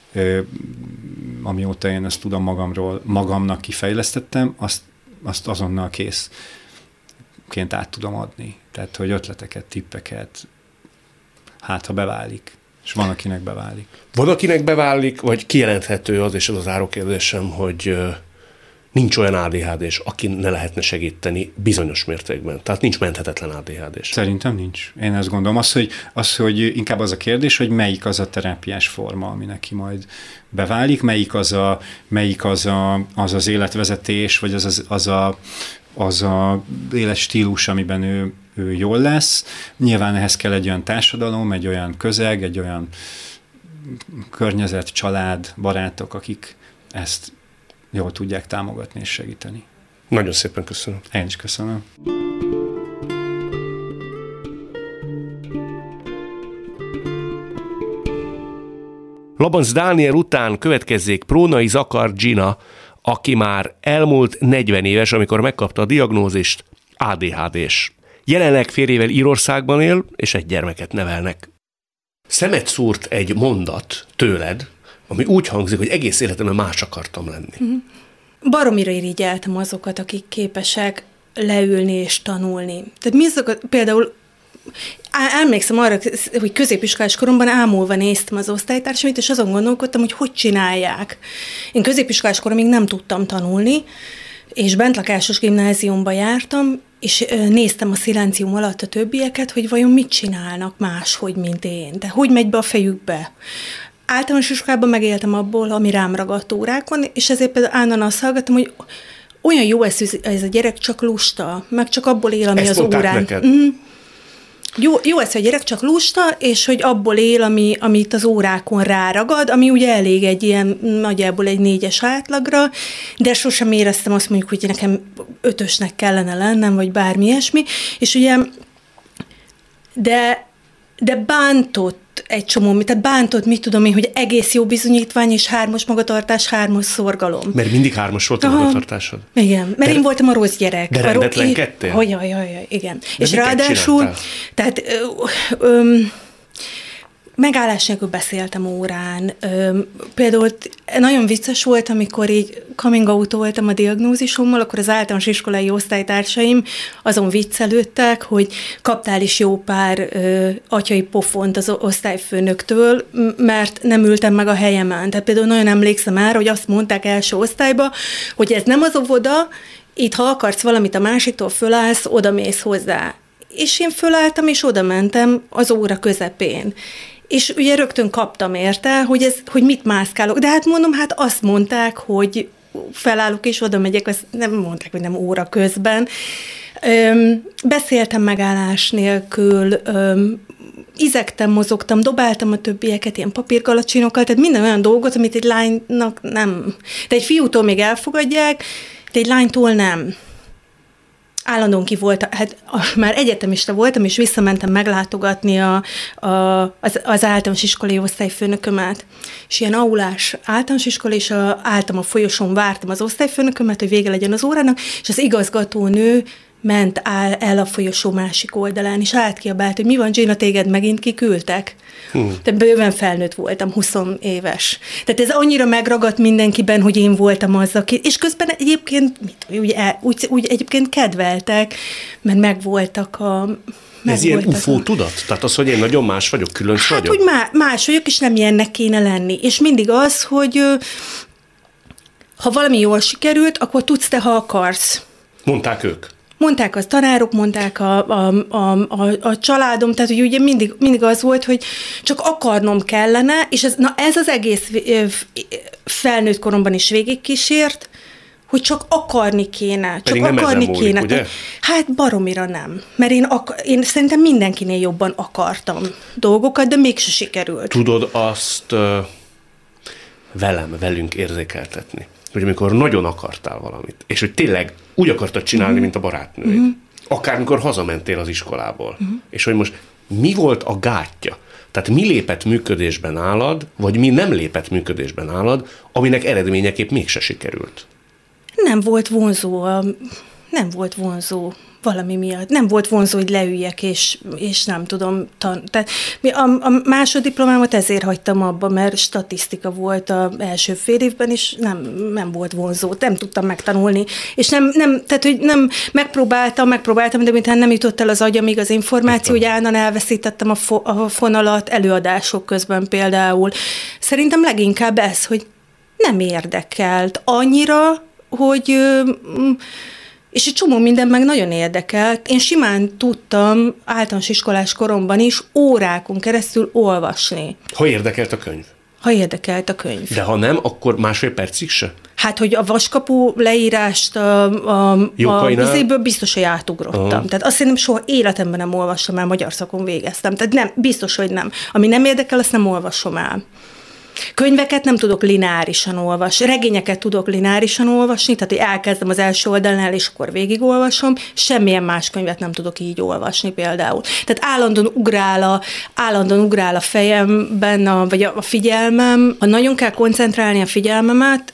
B: amióta én ezt tudom magamnak kifejlesztettem, azt azonnal készként át tudom adni. Tehát, hogy ötleteket, tippeket, hát ha beválik. És van, akinek beválik.
A: Van, akinek beválik, vagy kijelenthető az, és az záró kérdésem, hogy nincs olyan ADHD-s, aki ne lehetne segíteni bizonyos mértékben. Tehát nincs menthetetlen ADHD-s.
B: Szerintem nincs. Én ezt gondolom. Hogy inkább az a kérdés, hogy melyik az a terápiás forma, ami neki majd beválik, melyik az életvezetés, vagy az a életstílus, amiben ő jól lesz. Nyilván ehhez kell egy olyan társadalom, egy olyan közeg, egy olyan környezet, család, barátok, akik ezt jól tudják támogatni és segíteni.
A: Nagyon szépen köszönöm.
B: Én is köszönöm.
A: Labanc Dániel után következzék Prónai Zakar Gina, aki már elmúlt 40 éves, amikor megkapta a diagnózist, ADHD-s. Jelenleg férjével Írországban él, és egy gyermeket nevelnek. Szemet szúrt egy mondat tőled, ami úgy hangzik, hogy egész életemben más akartam lenni.
C: Baromira irigyeltem azokat, akik képesek leülni és tanulni. Tehát mi azokat, például emlékszem arra, hogy középiskolás koromban ámulva néztem az osztálytársamit, és azon gondolkodtam, hogy csinálják. Én középiskolás koromig nem tudtam tanulni, és bentlakásos gimnáziumba jártam, és néztem a szilencium alatt a többieket, hogy vajon mit csinálnak máshogy, mint én. De hogy megy be a fejükbe? Általános iskolában megéltem abból, ami rám ragadt órákon, és ezért például állandóan azt hallgattam, hogy olyan jó ez a gyerek, csak lusta, meg csak abból él, ami
A: ezt
C: az órán. Jó ez, hogy a gyerek csak lusta, és hogy abból él, amit az órákon ráragad, ami ugye elég egy ilyen, nagyjából egy 4-es átlagra, de sosem éreztem azt mondjuk, hogy nekem 5-ösnek kellene lennem, vagy bármi ilyesmi, és ugye, de bántott egy csomó, tehát bántott, mit tudom én, hogy egész jó bizonyítvány, és 3-as magatartás, 3-as szorgalom.
A: Mert mindig 3-as volt a magatartásod?
C: Igen, mert én voltam a rossz gyerek.
A: De rendetlenkedtél?
C: Igen.
A: De
C: és ráadásul, tehát megállás nélkül beszéltem órán. Például nagyon vicces volt, amikor így coming out voltam a diagnózisommal, akkor az általános iskolai osztálytársaim azon viccelődtek, hogy kaptál is jó pár atyai pofont az osztályfőnöktől, mert nem ültem meg a helyemen. Tehát például nagyon emlékszem arra, hogy azt mondták első osztályba, hogy ez nem az óvoda, itt ha akarsz valamit a másiktól, fölállsz, odamész hozzá. És én fölálltam, és oda mentem az óra közepén. És ugye rögtön kaptam érte, hogy mit mászkálok. De hát mondom, hát azt mondták, hogy felállok és oda megyek, azt nem mondták, hogy nem óra közben. Beszéltem megállás nélkül, izegtem, mozogtam, dobáltam a többieket, ilyen papírgalacsinokkal, tehát minden olyan dolgot, amit egy lánynak nem. De egy fiútól még elfogadják, de egy lánytól nem. Állandóan ki voltam, hát már egyetemista voltam, és visszamentem meglátogatni az általános iskolai osztályfőnökömet. És ilyen aulás általános iskola, és álltam a folyosón, vártam az osztályfőnökömet, hogy vége legyen az órának, és az igazgatónő ment el a folyosó másik oldalán, és átkiabált, hogy mi van, Gina, téged megint kiküldtek? Tehát bőven felnőtt voltam, 20 éves. Tehát ez annyira megragadt mindenkiben, hogy én voltam az, aki, és közben egyébként úgy egyébként kedveltek, mert megvoltak a...
A: Ez ilyen UFO tudat? Tehát az, hogy én nagyon más vagyok, különc vagyok?
C: Hát, hogy más vagyok, és nem ilyennek kéne lenni. És mindig az, hogy ha valami jól sikerült, akkor tudsz te, ha akarsz.
A: Mondták ők.
C: Mondták az tanárok, mondták a családom, tehát hogy ugye mindig az volt, hogy csak akarnom kellene, és ez az egész felnőtt koromban is végigkísért, hogy csak akarni kéne. Csak akarni kéne.
A: Ugye?
C: Hát baromira nem. Mert én szerintem mindenkinél jobban akartam dolgokat, de mégse sikerült.
A: Tudod azt velünk érzékeltetni, hogy amikor nagyon akartál valamit, és hogy tényleg úgy akartad csinálni, mint a barátnőid, akár amikor hazamentél az iskolából, és hogy most mi volt a gátja? Tehát mi lépett működésben nálad, vagy mi nem lépett működésben nálad, aminek eredményeképp mégse sikerült?
C: Nem volt vonzó valami miatt. Nem volt vonzó, hogy leüljek, és nem tudom. Tehát a másodiplomámat ezért hagytam abba, mert statisztika volt az első fél évben, és nem volt vonzó. Nem tudtam megtanulni. És tehát, hogy nem megpróbáltam, de mintha nem jutott el az agyamig az információ, hogy állandóan elveszítettem a fonalat előadások közben például. Szerintem leginkább ez, hogy nem érdekelt annyira, hogy... És egy csomó minden meg nagyon érdekelt. Én simán tudtam általános iskolás koromban is órákon keresztül olvasni.
A: Ha érdekelt a könyv?
C: Ha érdekelt a könyv.
A: De ha nem, akkor másfél percig se?
C: Hát, hogy a vaskapu leírást a vizéből biztos, hogy átugrottam. Tehát azt szerintem soha életemben nem olvastam el, magyar szakon végeztem. Tehát nem, biztos, hogy nem. Ami nem érdekel, azt nem olvasom el. Könyveket nem tudok lineárisan olvasni, regényeket tudok lineárisan olvasni, tehát hogy elkezdem az első oldalnál, és akkor végigolvasom, semmilyen más könyvet nem tudok így olvasni például. Tehát állandóan ugrál a fejemben, vagy a figyelmem, ha nagyon kell koncentrálni a figyelmemet,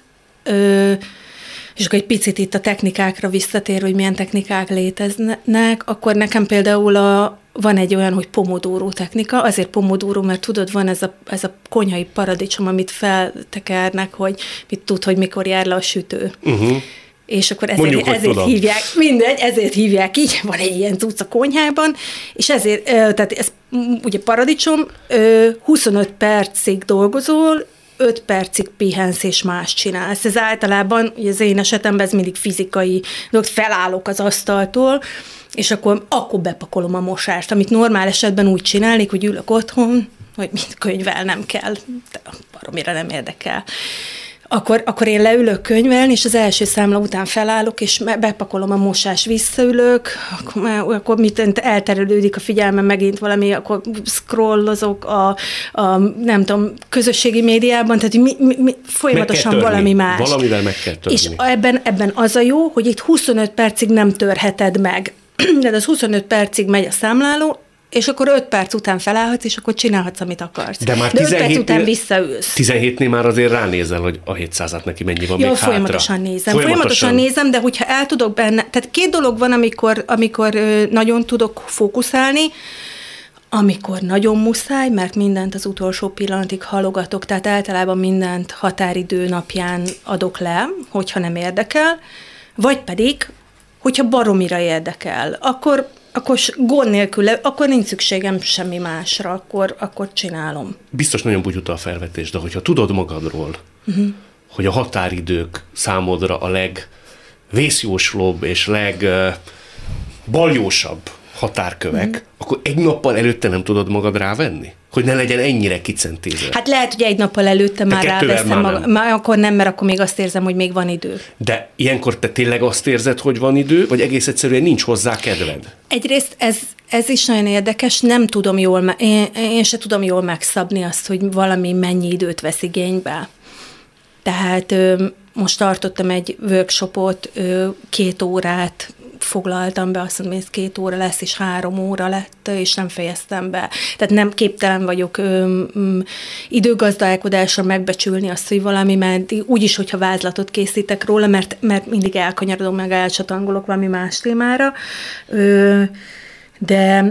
C: és akkor egy picit itt a technikákra visszatér, hogy milyen technikák léteznek, akkor nekem például van egy olyan, hogy pomodoro technika, azért pomodoro, mert tudod, van ez a konyhai paradicsom, amit feltekernek, hogy mit tud, hogy mikor jár le a sütő. És akkor ezért hívják, ezért hívják így, van egy ilyen cucc a konyhában, és ezért, tehát ez ugye paradicsom, 25 percig dolgozol, 5 percig pihensz és más csinálsz. Ez általában, ugye az én esetemben ez mindig fizikai dolog, felállok az asztaltól, és akkor bepakolom a mosást, amit normál esetben úgy csinálnék, hogy ülök otthon, hogy könyvvel nem kell, baromira nem érdekel. Akkor én leülök könyvelni, és az első számla után felállok, és bepakolom a mosást, visszaülök, akkor elterelődik a figyelmem megint valami, akkor scrollozok a nem tudom, közösségi médiában, tehát folyamatosan valami más.
A: Valamivel meg kell törni.
C: És ebben az a jó, hogy itt 25 percig nem törheted meg. De az 25 percig megy a számláló, és akkor 5 perc után felállhatsz, és akkor csinálhatsz, amit akarsz.
A: De már
C: 5 perc után visszaülsz.
A: 17-nél már azért ránézel, hogy a 700-at neki mennyi van még hátra.
C: Folyamatosan nézem, de hogyha el tudok benne, tehát 2 dolog van, amikor nagyon tudok fókuszálni, amikor nagyon muszáj, mert mindent az utolsó pillanatig halogatok, tehát általában mindent határidő napján adok le, hogyha nem érdekel, vagy pedig, hogyha baromira érdekel, akkor gond nélkül, akkor nincs szükségem semmi másra, akkor csinálom.
A: Biztos nagyon bugyuta a felvetés, de hogyha tudod magadról, hogy a határidők számodra a legvészjóslóbb és legbaljósabb határkövek, akkor egy nappal előtte nem tudod magad rávenni? Hogy ne legyen ennyire kicentézve.
C: Hát lehet, hogy egy nappal előtte már ráveszem magam. Már akkor nem, mert akkor még azt érzem, hogy még van idő.
A: De ilyenkor te tényleg azt érzed, hogy van idő, vagy egész egyszerűen nincs hozzá kedved?
C: Egyrészt ez is nagyon érdekes, nem tudom én se tudom jól megszabni azt, hogy valami mennyi időt vesz igénybe. Tehát most tartottam egy workshopot, 2 órát foglaltam be, azt mondom, hogy ez 2 óra lesz, és 3 óra lett, és nem fejeztem be. Tehát nem képtelen vagyok időgazdálkodásra megbecsülni azt, hogy valami, mert úgyis, hogyha vázlatot készítek róla, mert mindig elkanyarodom, meg elcsatangolok valami más témára, de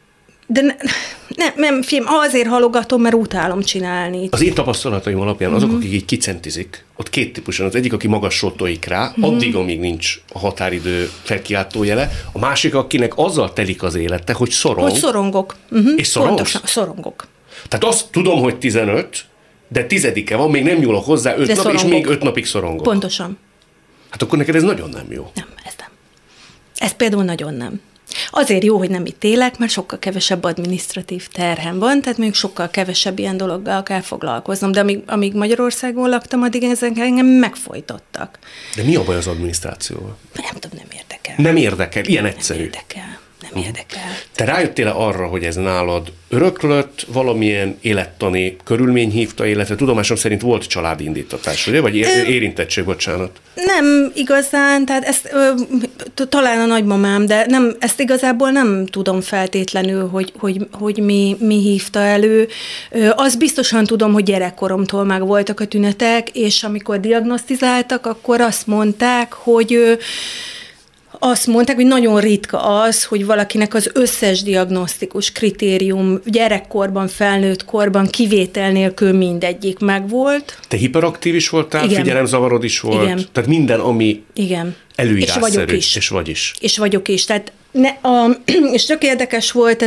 C: nem, film, azért halogatom, mert utálom csinálni.
A: Az én tapasztalataim alapján azok, akik így kicentizik, ott 2 típuson. Az egyik, aki magasról tojik rá, addig, amíg nincs a határidő felkiáltójele, a másik, akinek azzal telik az élete, hogy szorong.
C: Hogy szorongok.
A: És szorongsz?
C: Pontosan, szorongok.
A: Tehát azt tudom, hogy 15, de 10-e van, még nem nyúlok hozzá 5 nap, és még 5 napig szorongok.
C: Pontosan.
A: Hát akkor neked ez nagyon nem jó.
C: Nem, ez nem. Ez például nagyon nem. Azért jó, hogy nem itt élek, mert sokkal kevesebb adminisztratív terhem van, tehát még sokkal kevesebb ilyen dologgal kell foglalkoznom, de amíg Magyarországon laktam, addig ezek engem megfojtottak.
A: De mi a baj az adminisztrációval?
C: Nem tudom, nem érdekel.
A: Nem érdekel, ilyen egyszerű.
C: Nem érdekel.
A: Te rájöttél arra, hogy ez nálad öröklött, valamilyen élettani körülmény hívta, illetve tudomásom szerint volt családi indítatás, ugye? Vagy érintettség, bocsánat.
C: Nem igazán, tehát ezt talán a nagymamám, de ezt igazából nem tudom feltétlenül, hogy mi hívta elő. Azt biztosan tudom, hogy gyerekkoromtól meg voltak a tünetek, és amikor diagnosztizáltak, akkor azt mondták, hogy nagyon ritka az, hogy valakinek az összes diagnosztikus kritérium gyerekkorban, felnőtt korban kivétel nélkül mindegyik megvolt.
A: Te hiperaktív is voltál,
C: igen.
A: Figyelemzavarod is volt. Igen. Tehát minden, ami
C: igen.
A: előírásszerű. És vagy is.
C: És vagyok is. Tehát és tök érdekes volt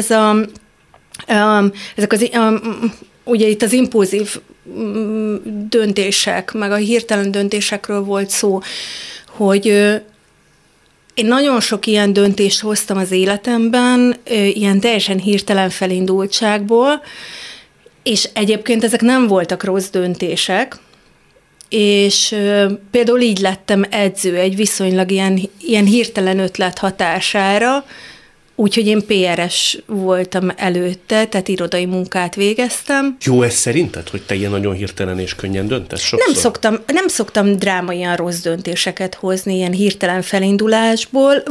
C: ugye itt az impulzív döntések, meg a hirtelen döntésekről volt szó, hogy én nagyon sok ilyen döntést hoztam az életemben, ilyen teljesen hirtelen felindultságból, és egyébként ezek nem voltak rossz döntések, és például így lettem edző egy viszonylag ilyen hirtelen ötlet hatására, úgyhogy én PRS voltam előtte, tehát irodai munkát végeztem.
A: Jó ez szerinted, hogy te ilyen nagyon hirtelen és könnyen döntesz sokszor?
C: Nem szoktam drámaian rossz döntéseket hozni, ilyen hirtelen felindulásból.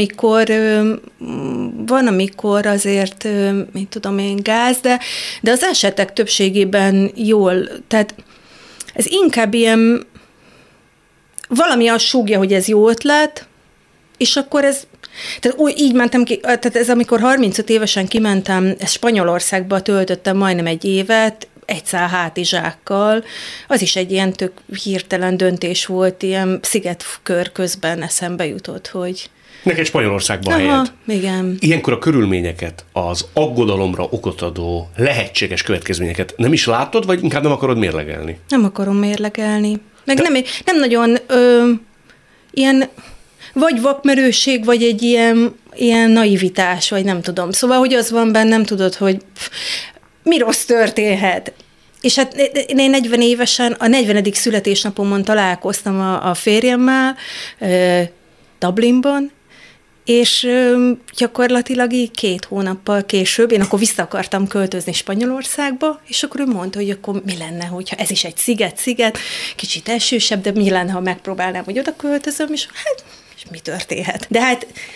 C: Van, amikor azért, mit tudom én, gáz, de az esetek többségében jól, tehát ez inkább ilyen, valami azt súgja, hogy ez jó ötlet, és akkor tehát így mentem ki, tehát ez amikor 35 évesen kimentem, Spanyolországba töltöttem majdnem 1 évet, egy szál hátizsákkal, az is egy ilyen tök hirtelen döntés volt, ilyen szigetkör közben eszembe jutott, hogy...
A: Neked Spanyolországban helyed.
C: Igen.
A: Ilyenkor a körülményeket, az aggodalomra okot adó lehetséges következményeket nem is látod, vagy inkább nem akarod mérlegelni? Nem
C: akarom mérlegelni. Meg nem nagyon ilyen... Vagy vakmerőség, vagy egy ilyen naivitás, vagy nem tudom. Szóval, hogy az van bennem, tudod, hogy mi rossz történhet. És hát én 40 évesen, a 40. születésnapomon találkoztam a férjemmel Dublinban, és gyakorlatilag így 2 hónappal később, én akkor vissza akartam költözni Spanyolországba, és akkor ő mondta, hogy akkor mi lenne, hogyha ez is egy sziget, kicsit esősebb, de mi lenne, ha megpróbálnám, hogy oda költözöm, és hát és mi történhet. De hát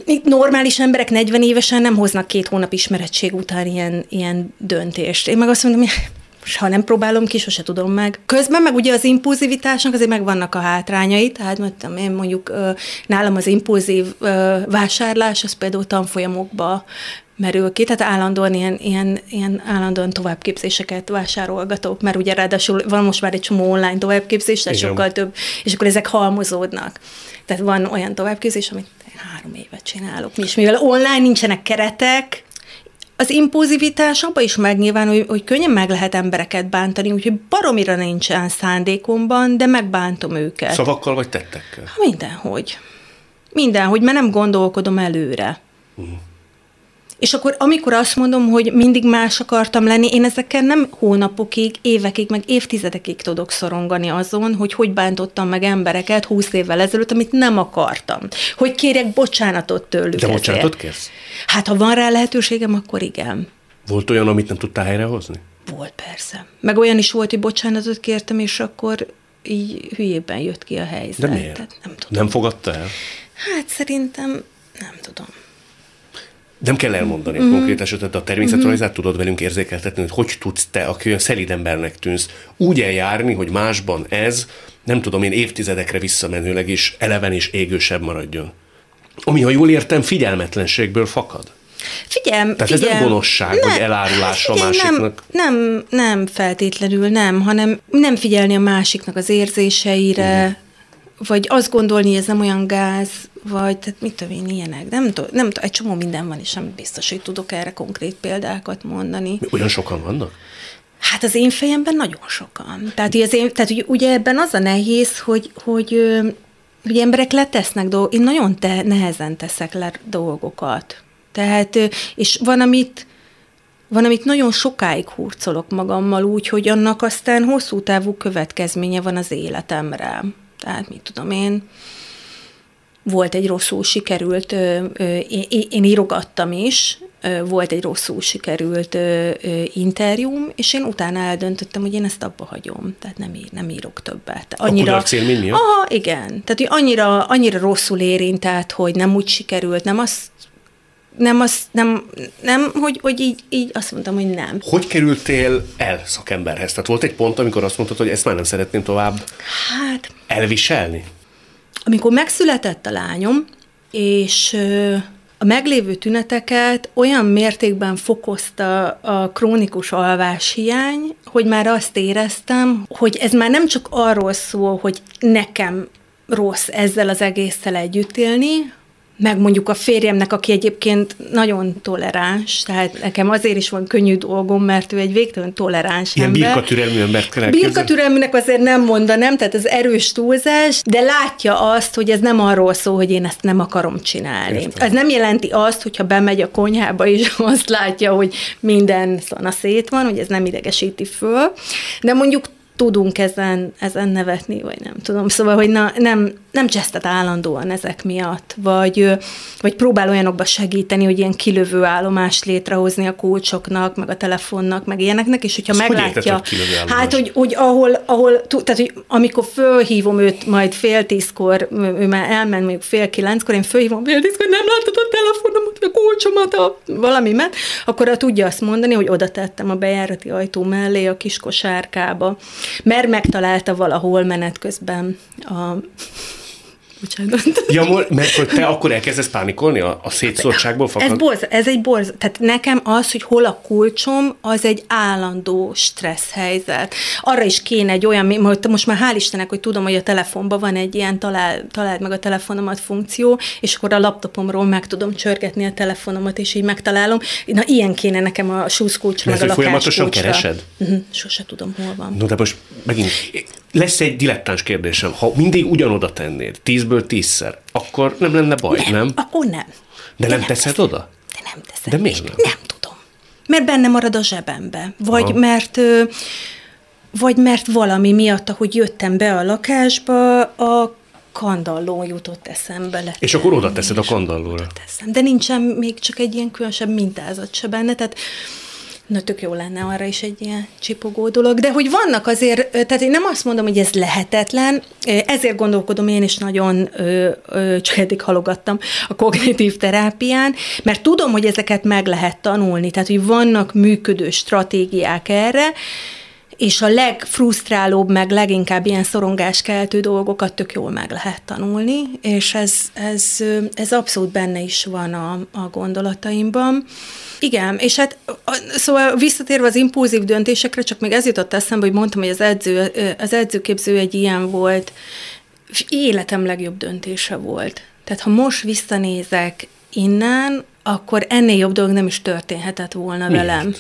C: normális emberek 40 évesen nem hoznak 2 hónap ismerettség után ilyen döntést. Én meg azt mondom, hogy ha nem próbálom ki, sose tudom meg. Közben meg ugye az impulzivitásnak azért megvannak a hátrányai, tehát én mondjuk nálam az impulzív vásárlás, az például tanfolyamokba merül ki, tehát állandóan ilyen állandóan továbbképzéseket vásárolgatok, mert ugye ráadásul van most már egy csomó online továbbképzés, tehát sokkal több, és akkor ezek halmozódnak. Tehát van olyan továbbképzés, amit 3 évet csinálok. És mivel online nincsenek keretek, az impulzivitás abban is megnyilván, hogy könnyen meg lehet embereket bántani, úgyhogy baromira nincsen szándékomban, de megbántom őket.
A: Szavakkal vagy tettekkel?
C: Mindenhogy. Mindenhogy, mert nem gondolkodom előre. És akkor, amikor azt mondom, hogy mindig más akartam lenni, én ezekkel nem hónapokig, évekig, meg évtizedekig tudok szorongani azon, hogy bántottam meg embereket 20 évvel ezelőtt, amit nem akartam. Hogy kérjek bocsánatot tőlük.
A: De bocsánatot kérsz?
C: Hát, ha van rá lehetőségem, akkor igen.
A: Volt olyan, amit nem tudtál helyrehozni?
C: Volt, persze. Meg olyan is volt, hogy bocsánatot kértem, és akkor így hülyében jött ki a helyzet.
A: De miért?
C: Tehát nem tudom.
A: Nem fogadta el?
C: Hát szerintem nem tudom.
A: Nem kell elmondani a konkrét esetet, de a természetrajzát tudod velünk érzékeltetni, hogy tudsz te, aki olyan szelíd embernek tűnsz, úgy eljárni, hogy másban ez, nem tudom én, évtizedekre visszamenőleg is eleven és égősebb maradjon. Ami, ha jól értem, figyelmetlenségből fakad. Tehát ez nem gonoszság, vagy elárulás a másiknak?
C: Nem feltétlenül nem, hanem nem figyelni a másiknak az érzéseire, vagy azt gondolni, hogy ez nem olyan gáz, vagy tehát mit tudom én, ilyenek. Nem tudom, egy csomó minden van, és nem biztos, hogy tudok erre konkrét példákat mondani.
A: Olyan sokan vannak?
C: Hát az én fejemben nagyon sokan. Tehát ugye ebben az a nehéz, hogy emberek letesznek dolgokat. Én nagyon nehezen teszek le dolgokat. Tehát, és van, amit nagyon sokáig hurcolok magammal úgy, hogy annak aztán hosszú távú következménye van az életemre. Tehát mit tudom én, volt egy rosszul sikerült, én írogattam is, volt egy rosszul sikerült interjúm, és én utána eldöntöttem, hogy én ezt abba hagyom, tehát nem írok többet.
A: Annyira, a kudarcélmény miatt?
C: Aha, igen. Tehát hogy annyira rosszul érintett, hogy nem úgy sikerült, hogy így azt mondtam, hogy nem.
A: Hogy kerültél el szakemberhez? Tehát volt egy pont, amikor azt mondtad, hogy ezt már nem szeretném tovább elviselni?
C: Amikor megszületett a lányom, és a meglévő tüneteket olyan mértékben fokozta a krónikus alváshiány, hogy már azt éreztem, hogy ez már nem csak arról szól, hogy nekem rossz ezzel az egésszel együtt élni, meg mondjuk a férjemnek, aki egyébként nagyon toleráns, tehát nekem azért is van könnyű dolgom, mert ő egy végtelen toleráns
A: ilyen
C: ember.
A: birkatürelmű embert kell
C: Birkatürelműnek azért nem mondanám, tehát az erős túlzás, de látja azt, hogy ez nem arról szól, hogy én ezt nem akarom csinálni.
A: Értem.
C: Ez nem jelenti azt, hogyha bemegy a konyhába, és azt látja, hogy minden szana szét van, hogy ez nem idegesíti föl, de mondjuk tudunk ezen nevetni, vagy nem tudom. Szóval, hogy nem csesztet állandóan ezek miatt, vagy próbál olyanokba segíteni, hogy ilyen kilövő állomást létrehozni a kulcsoknak, meg a telefonnak, meg ilyeneknek, és hogyha meglátja, hogy ahol tehát, hogy amikor fölhívom őt majd 9:30, ő már elment mondjuk 8:30, én fölhívom 9:30, nem láttad a telefonomat, a kulcsomat, valamimet, akkor tudja azt mondani, hogy oda tettem a bejárati ajtó mellé a kis kosárkába, mert megtalálta valahol menet közben bocsánat.
A: Ja, mert hogy te akkor elkezdesz pánikolni a szétszórtságból fakad?
C: Ez egy borz. Tehát nekem az, hogy hol a kulcsom, az egy állandó stressz helyzet. Arra is kéne egy olyan, most már hál' Istennek, hogy tudom, hogy a telefonban van egy ilyen találd meg a telefonomat funkció, és akkor a laptopomról meg tudom csörgetni a telefonomat, és így megtalálom. Na, ilyen kéne nekem a súszkulcsra, meg a lakáskulcsra.
A: Folyamatosan keresed?
C: Sose tudom, hol van.
A: No, de most megint lesz egy dilettáns kérdésem. Ha mindig ugyanoda tennéd, 10-ből 10-szer, akkor nem lenne baj, nem?
C: Akkor nem.
A: De nem teszed oda?
C: De nem teszem.
A: De miért nem?
C: Nem tudom. Mert benne marad a zsebembe. Vagy mert valami miatt, ahogy jöttem be a lakásba, a kandalló jutott eszembe.
A: És akkor oda teszed a kandallóra?
C: Teszem. De nincsen még csak egy ilyen különösebb mintázat se benne, tehát Na, tök jó lenne arra is egy ilyen csipogó dolog, de hogy vannak azért, tehát én nem azt mondom, hogy ez lehetetlen, ezért gondolkodom én is nagyon, csak eddig halogattam a kognitív terápián, mert tudom, hogy ezeket meg lehet tanulni, tehát hogy vannak működő stratégiák erre, és a legfrusztrálóbb, meg leginkább ilyen szorongáskeltő dolgokat tök jól meg lehet tanulni, és ez abszolút benne is van a gondolataimban. Igen, és hát szóval visszatérve az impulzív döntésekre, csak még ez jutott eszembe, hogy mondtam, hogy az edzőképző egy ilyen volt, és életem legjobb döntése volt. Tehát ha most visszanézek innen, akkor ennél jobb dolog nem is történhetett volna velem.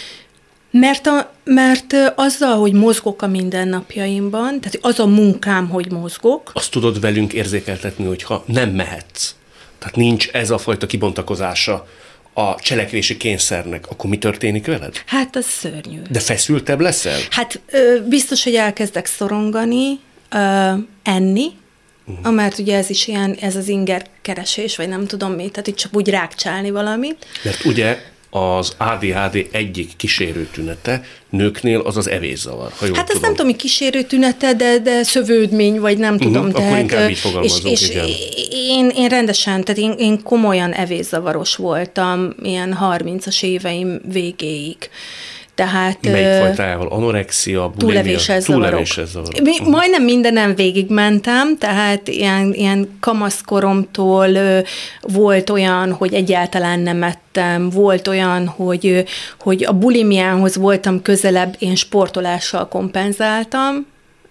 C: Mert azzal, hogy mozgok a mindennapjaimban, tehát az a munkám, hogy mozgok.
A: Azt tudod velünk érzékeltetni, hogyha nem mehetsz, tehát nincs ez a fajta kibontakozása a cselekvési kényszernek, akkor mi történik veled?
C: Hát az szörnyű.
A: De feszültebb leszel?
C: Hát biztos, hogy elkezdek szorongani, enni, mert ugye ez is ilyen, ez az ingerkeresés, vagy nem tudom mi, tehát itt csak úgy rákcsálni valamit.
A: Mert ugye az ADHD egyik kísérő tünete nőknél az az evészavar, ha jól
C: hát
A: tudom.
C: ezt nem tudom, hogy kísérő tünete, de szövődmény, vagy nem tudom.
A: Tehát, akkor inkább így fogalmazunk,
C: igen. Én rendesen, tehát én komolyan evészavaros voltam, ilyen 30-as éveim végéig. Tehát,
A: melyik fajtájával? Anorexia, bulimia? Túlevéssel zavarok.
C: Majdnem mindenem végigmentem, tehát ilyen kamaszkoromtól volt olyan, hogy egyáltalán nem ettem, volt olyan, hogy a bulimiához voltam közelebb, én sportolással kompenzáltam,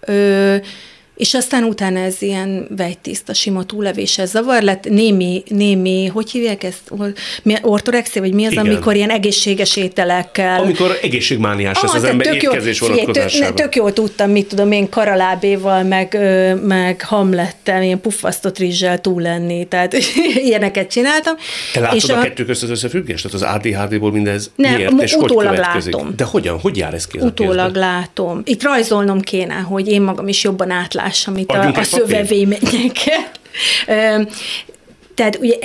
C: és aztán utána ez ilyen vegytiszta, sima túlevéssel zavar lett, némi, hogy hívják ezt? Ortorexia, vagy mi az, igen, amikor ilyen egészséges ételekkel...
A: Amikor egészségmániás lesz az ember étkezés vonatkozásában.
C: Tök jól tudtam, mit tudom én, karalábéval, meg Hamlettel, ilyen puffasztott rizssel túl lenni, tehát ilyeneket csináltam.
A: Te látod a kettő között összefüggést? Tehát az ADHD-ból mindez miért és hogy következik?
C: Látom.
A: De hogyan? Hogy jár ez ki?
C: Utólag látom. Itt rajzolnom kéne, hogy én magam is jobban átlássam, amit a szövevéményeket. Tehát ugye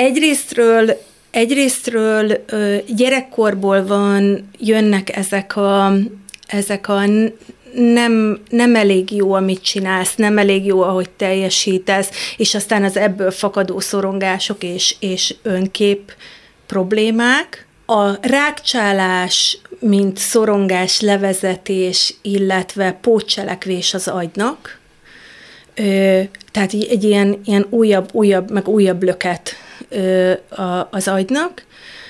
C: egyrésztről gyerekkorból jönnek ezek a nem elég jó, amit csinálsz, nem elég jó, ahogy teljesítesz, és aztán az ebből fakadó szorongások és önkép problémák. A rákcsálás, mint szorongás, levezetés, illetve pótcselekvés az agynak, tehát egy ilyen újabb löket az agynak.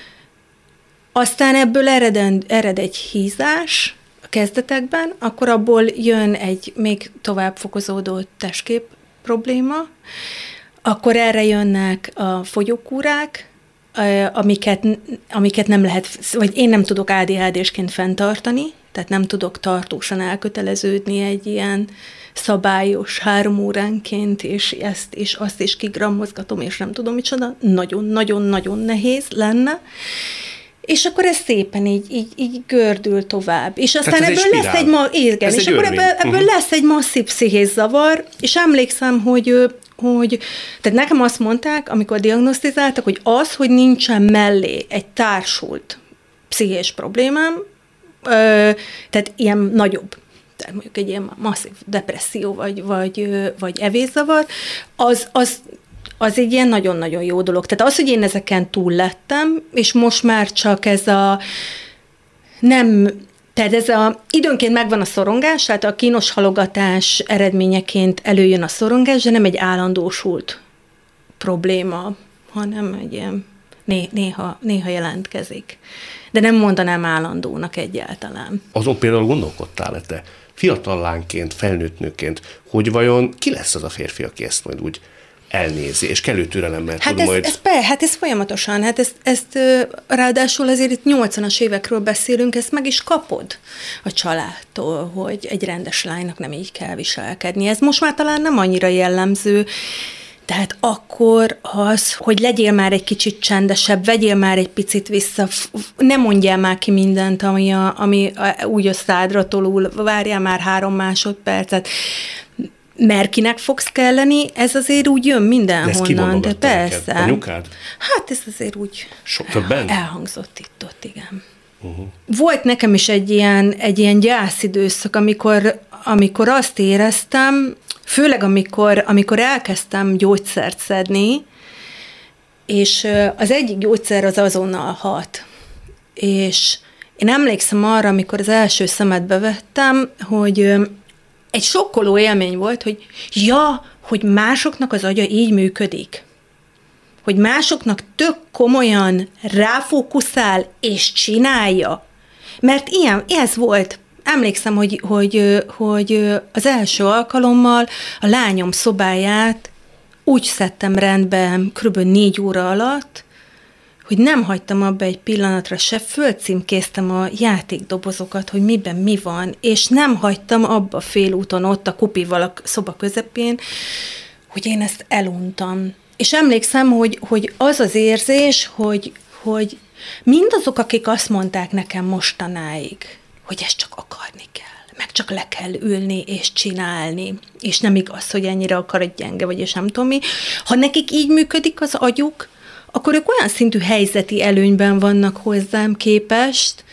C: Aztán ebből ered egy hízás a kezdetekben, akkor abból jön egy még tovább fokozódó testkép probléma, akkor erre jönnek a fogyókúrák, amiket nem lehet, vagy én nem tudok ADHD-sként fenntartani, tehát nem tudok tartósan elköteleződni egy ilyen szabályos 3 óránként, és ezt és azt is kigrammozgatom, és nem tudom micsoda, nagyon-nagyon-nagyon nehéz lenne. És akkor ez szépen így gördül tovább. És aztán ebből lesz egy masszív pszichés zavar, és emlékszem, hogy tehát nekem azt mondták, amikor diagnosztizáltak, hogy az, hogy nincsen mellé egy társult pszichés problémám, tehát ilyen nagyobb, tehát mondjuk egy ilyen masszív depresszió, vagy evészavar, az egy ilyen nagyon-nagyon jó dolog. Tehát az, hogy én ezeken túl lettem, és most már csak ez a nem... Tehát időnként megvan a szorongás, tehát a kínos halogatás eredményeként előjön a szorongás, de nem egy állandósult probléma, hanem egy ilyen néha jelentkezik. De nem mondanám állandónak egyáltalán.
A: Azon például gondolkodtál-e te fiatal lányként, felnőtt nőként, hogy vajon ki lesz az a férfi, aki ezt majd úgy elnézi, és kellő türelemmel tud majd...
C: Ez folyamatosan, ezt ráadásul azért itt 80-as évekről beszélünk, ezt meg is kapod a családtól, hogy egy rendes lánynak nem így kell viselkedni. Ez most már talán nem annyira jellemző, tehát akkor az, hogy legyél már egy kicsit csendesebb, vegyél már egy picit vissza, ne mondjál már ki mindent, ami úgy a szádra tolul, várjál már 3 másodpercet, mert kinek fogsz kelleni, ez azért úgy jön mindenhonnan, de persze.
A: Anyukád?
C: Hát ez azért úgy
A: többen?
C: elhangzott itt-ott, igen. Volt nekem is egy ilyen gyászidőszak, amikor azt éreztem, főleg amikor elkezdtem gyógyszert szedni, és az egyik gyógyszer az azonnal hat. És én emlékszem arra, amikor az első szemet bevettem, hogy egy sokkoló élmény volt, hogy másoknak az agya így működik. Hogy másoknak tök komolyan ráfókuszál és csinálja. Mert ez volt. Emlékszem, hogy az első alkalommal a lányom szobáját úgy szedtem rendbe kb. 4 óra alatt, hogy nem hagytam abba egy pillanatra se, fölcímkéztem a játékdobozokat, hogy miben mi van, és nem hagytam abba félúton ott a kupival a szoba közepén, hogy én ezt eluntam. És emlékszem, hogy az az érzés, hogy mindazok, akik azt mondták nekem mostanáig, hogy ezt csak akarni kell, meg csak le kell ülni és csinálni, és nem igaz, hogy ennyire akarat gyenge vagy, és nem tudom mi. Ha nekik így működik az agyuk, akkor ők olyan szintű helyzeti előnyben vannak hozzám képest,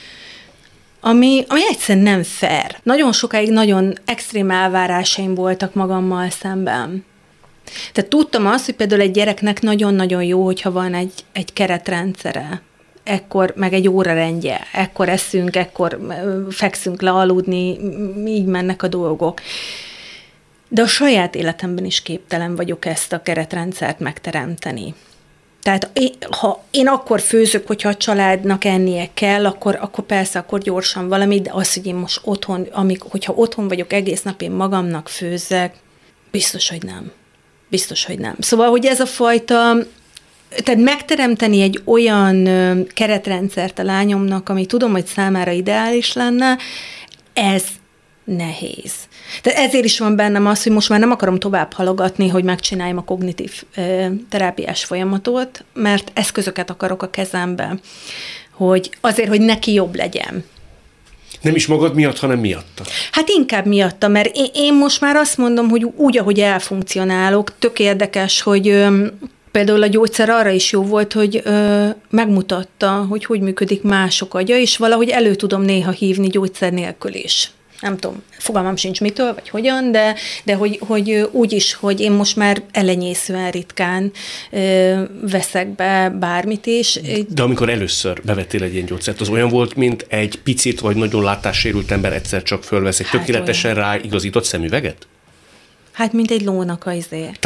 C: ami egyszerűen nem fair. Nagyon sokáig nagyon extrém elvárásaim voltak magammal szemben. Tehát tudtam azt, hogy például egy gyereknek nagyon-nagyon jó, hogyha van egy keretrendszere, ekkor meg egy órarendje, ekkor eszünk, ekkor fekszünk le aludni, így mennek a dolgok. De a saját életemben is képtelen vagyok ezt a keretrendszert megteremteni. Tehát ha én akkor főzök, hogyha a családnak ennie kell, akkor persze, akkor gyorsan valami, de az, hogy én most otthon, hogyha otthon vagyok egész nap, én magamnak főzzek, biztos, hogy nem. Biztos, hogy nem. Szóval, hogy ez a fajta, tehát megteremteni egy olyan keretrendszert a lányomnak, ami tudom, hogy számára ideális lenne, ez nehéz. Tehát ezért is van bennem az, hogy most már nem akarom tovább halogatni, hogy megcsináljam a kognitív terápiás folyamatot, mert eszközöket akarok a kezembe, hogy azért, hogy neki jobb legyen.
A: Nem is magad miatt, hanem miatta? Hát
C: inkább miatta, mert én most már azt mondom, hogy úgy, ahogy elfunkcionálok, tök érdekes, hogy például a gyógyszer arra is jó volt, hogy megmutatta, hogy működik mások agya, és valahogy elő tudom néha hívni gyógyszer nélkül is. Nem tudom, fogalmam sincs mitől, vagy hogyan, de hogy úgy is, hogy én most már elenyészően ritkán veszek be bármit is.
A: De amikor először bevettél egy ilyen gyógyszert, az olyan volt, mint egy picit vagy nagyon látássérült ember egyszer csak fölvesz egy tökéletesen ráigazított szemüveget?
C: Hát, mint egy lónak a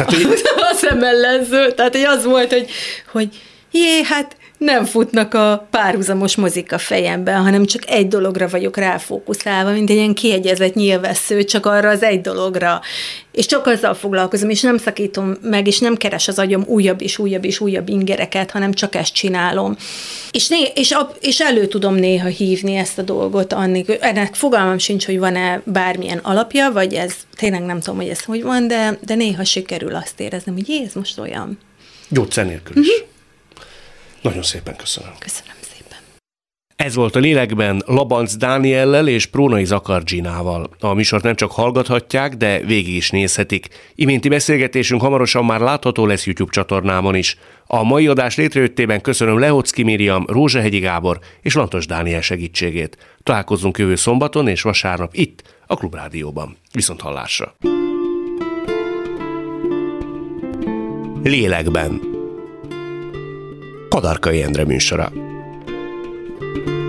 C: szemellenző. Tehát, hogy az volt, hogy hát nem futnak a párhuzamos mozik a fejemben, hanem csak egy dologra vagyok ráfókuszálva, mint egy ilyen kiegyezett nyilvessző, csak arra az egy dologra. És csak azzal foglalkozom, és nem szakítom meg, és nem keres az agyam újabb és újabb és újabb ingereket, hanem csak ezt csinálom. És elő tudom néha hívni ezt a dolgot, ennek fogalmam sincs, hogy van-e bármilyen alapja, vagy ez tényleg nem tudom, hogy ez hogy van, de néha sikerül azt éreznem, hogy ez most olyan.
A: Gyógyszer nélkül is. Nagyon szépen köszönöm.
C: Köszönöm szépen.
A: Ez volt a Lélekben Labanc Dániellel és Prónai Zakardzsinával. A műsort nem csak hallgathatják, de végig is nézhetik. Iménti beszélgetésünk hamarosan már látható lesz YouTube csatornámon is. A mai adás létrejöttében köszönöm Lehocki Miriam, Rózsahegyi Gábor és Lantos Dániel segítségét. Találkozzunk jövő szombaton és vasárnap itt, a Klubrádióban. Viszonthallásra. Lélekben. Kadarkai Endre műsora.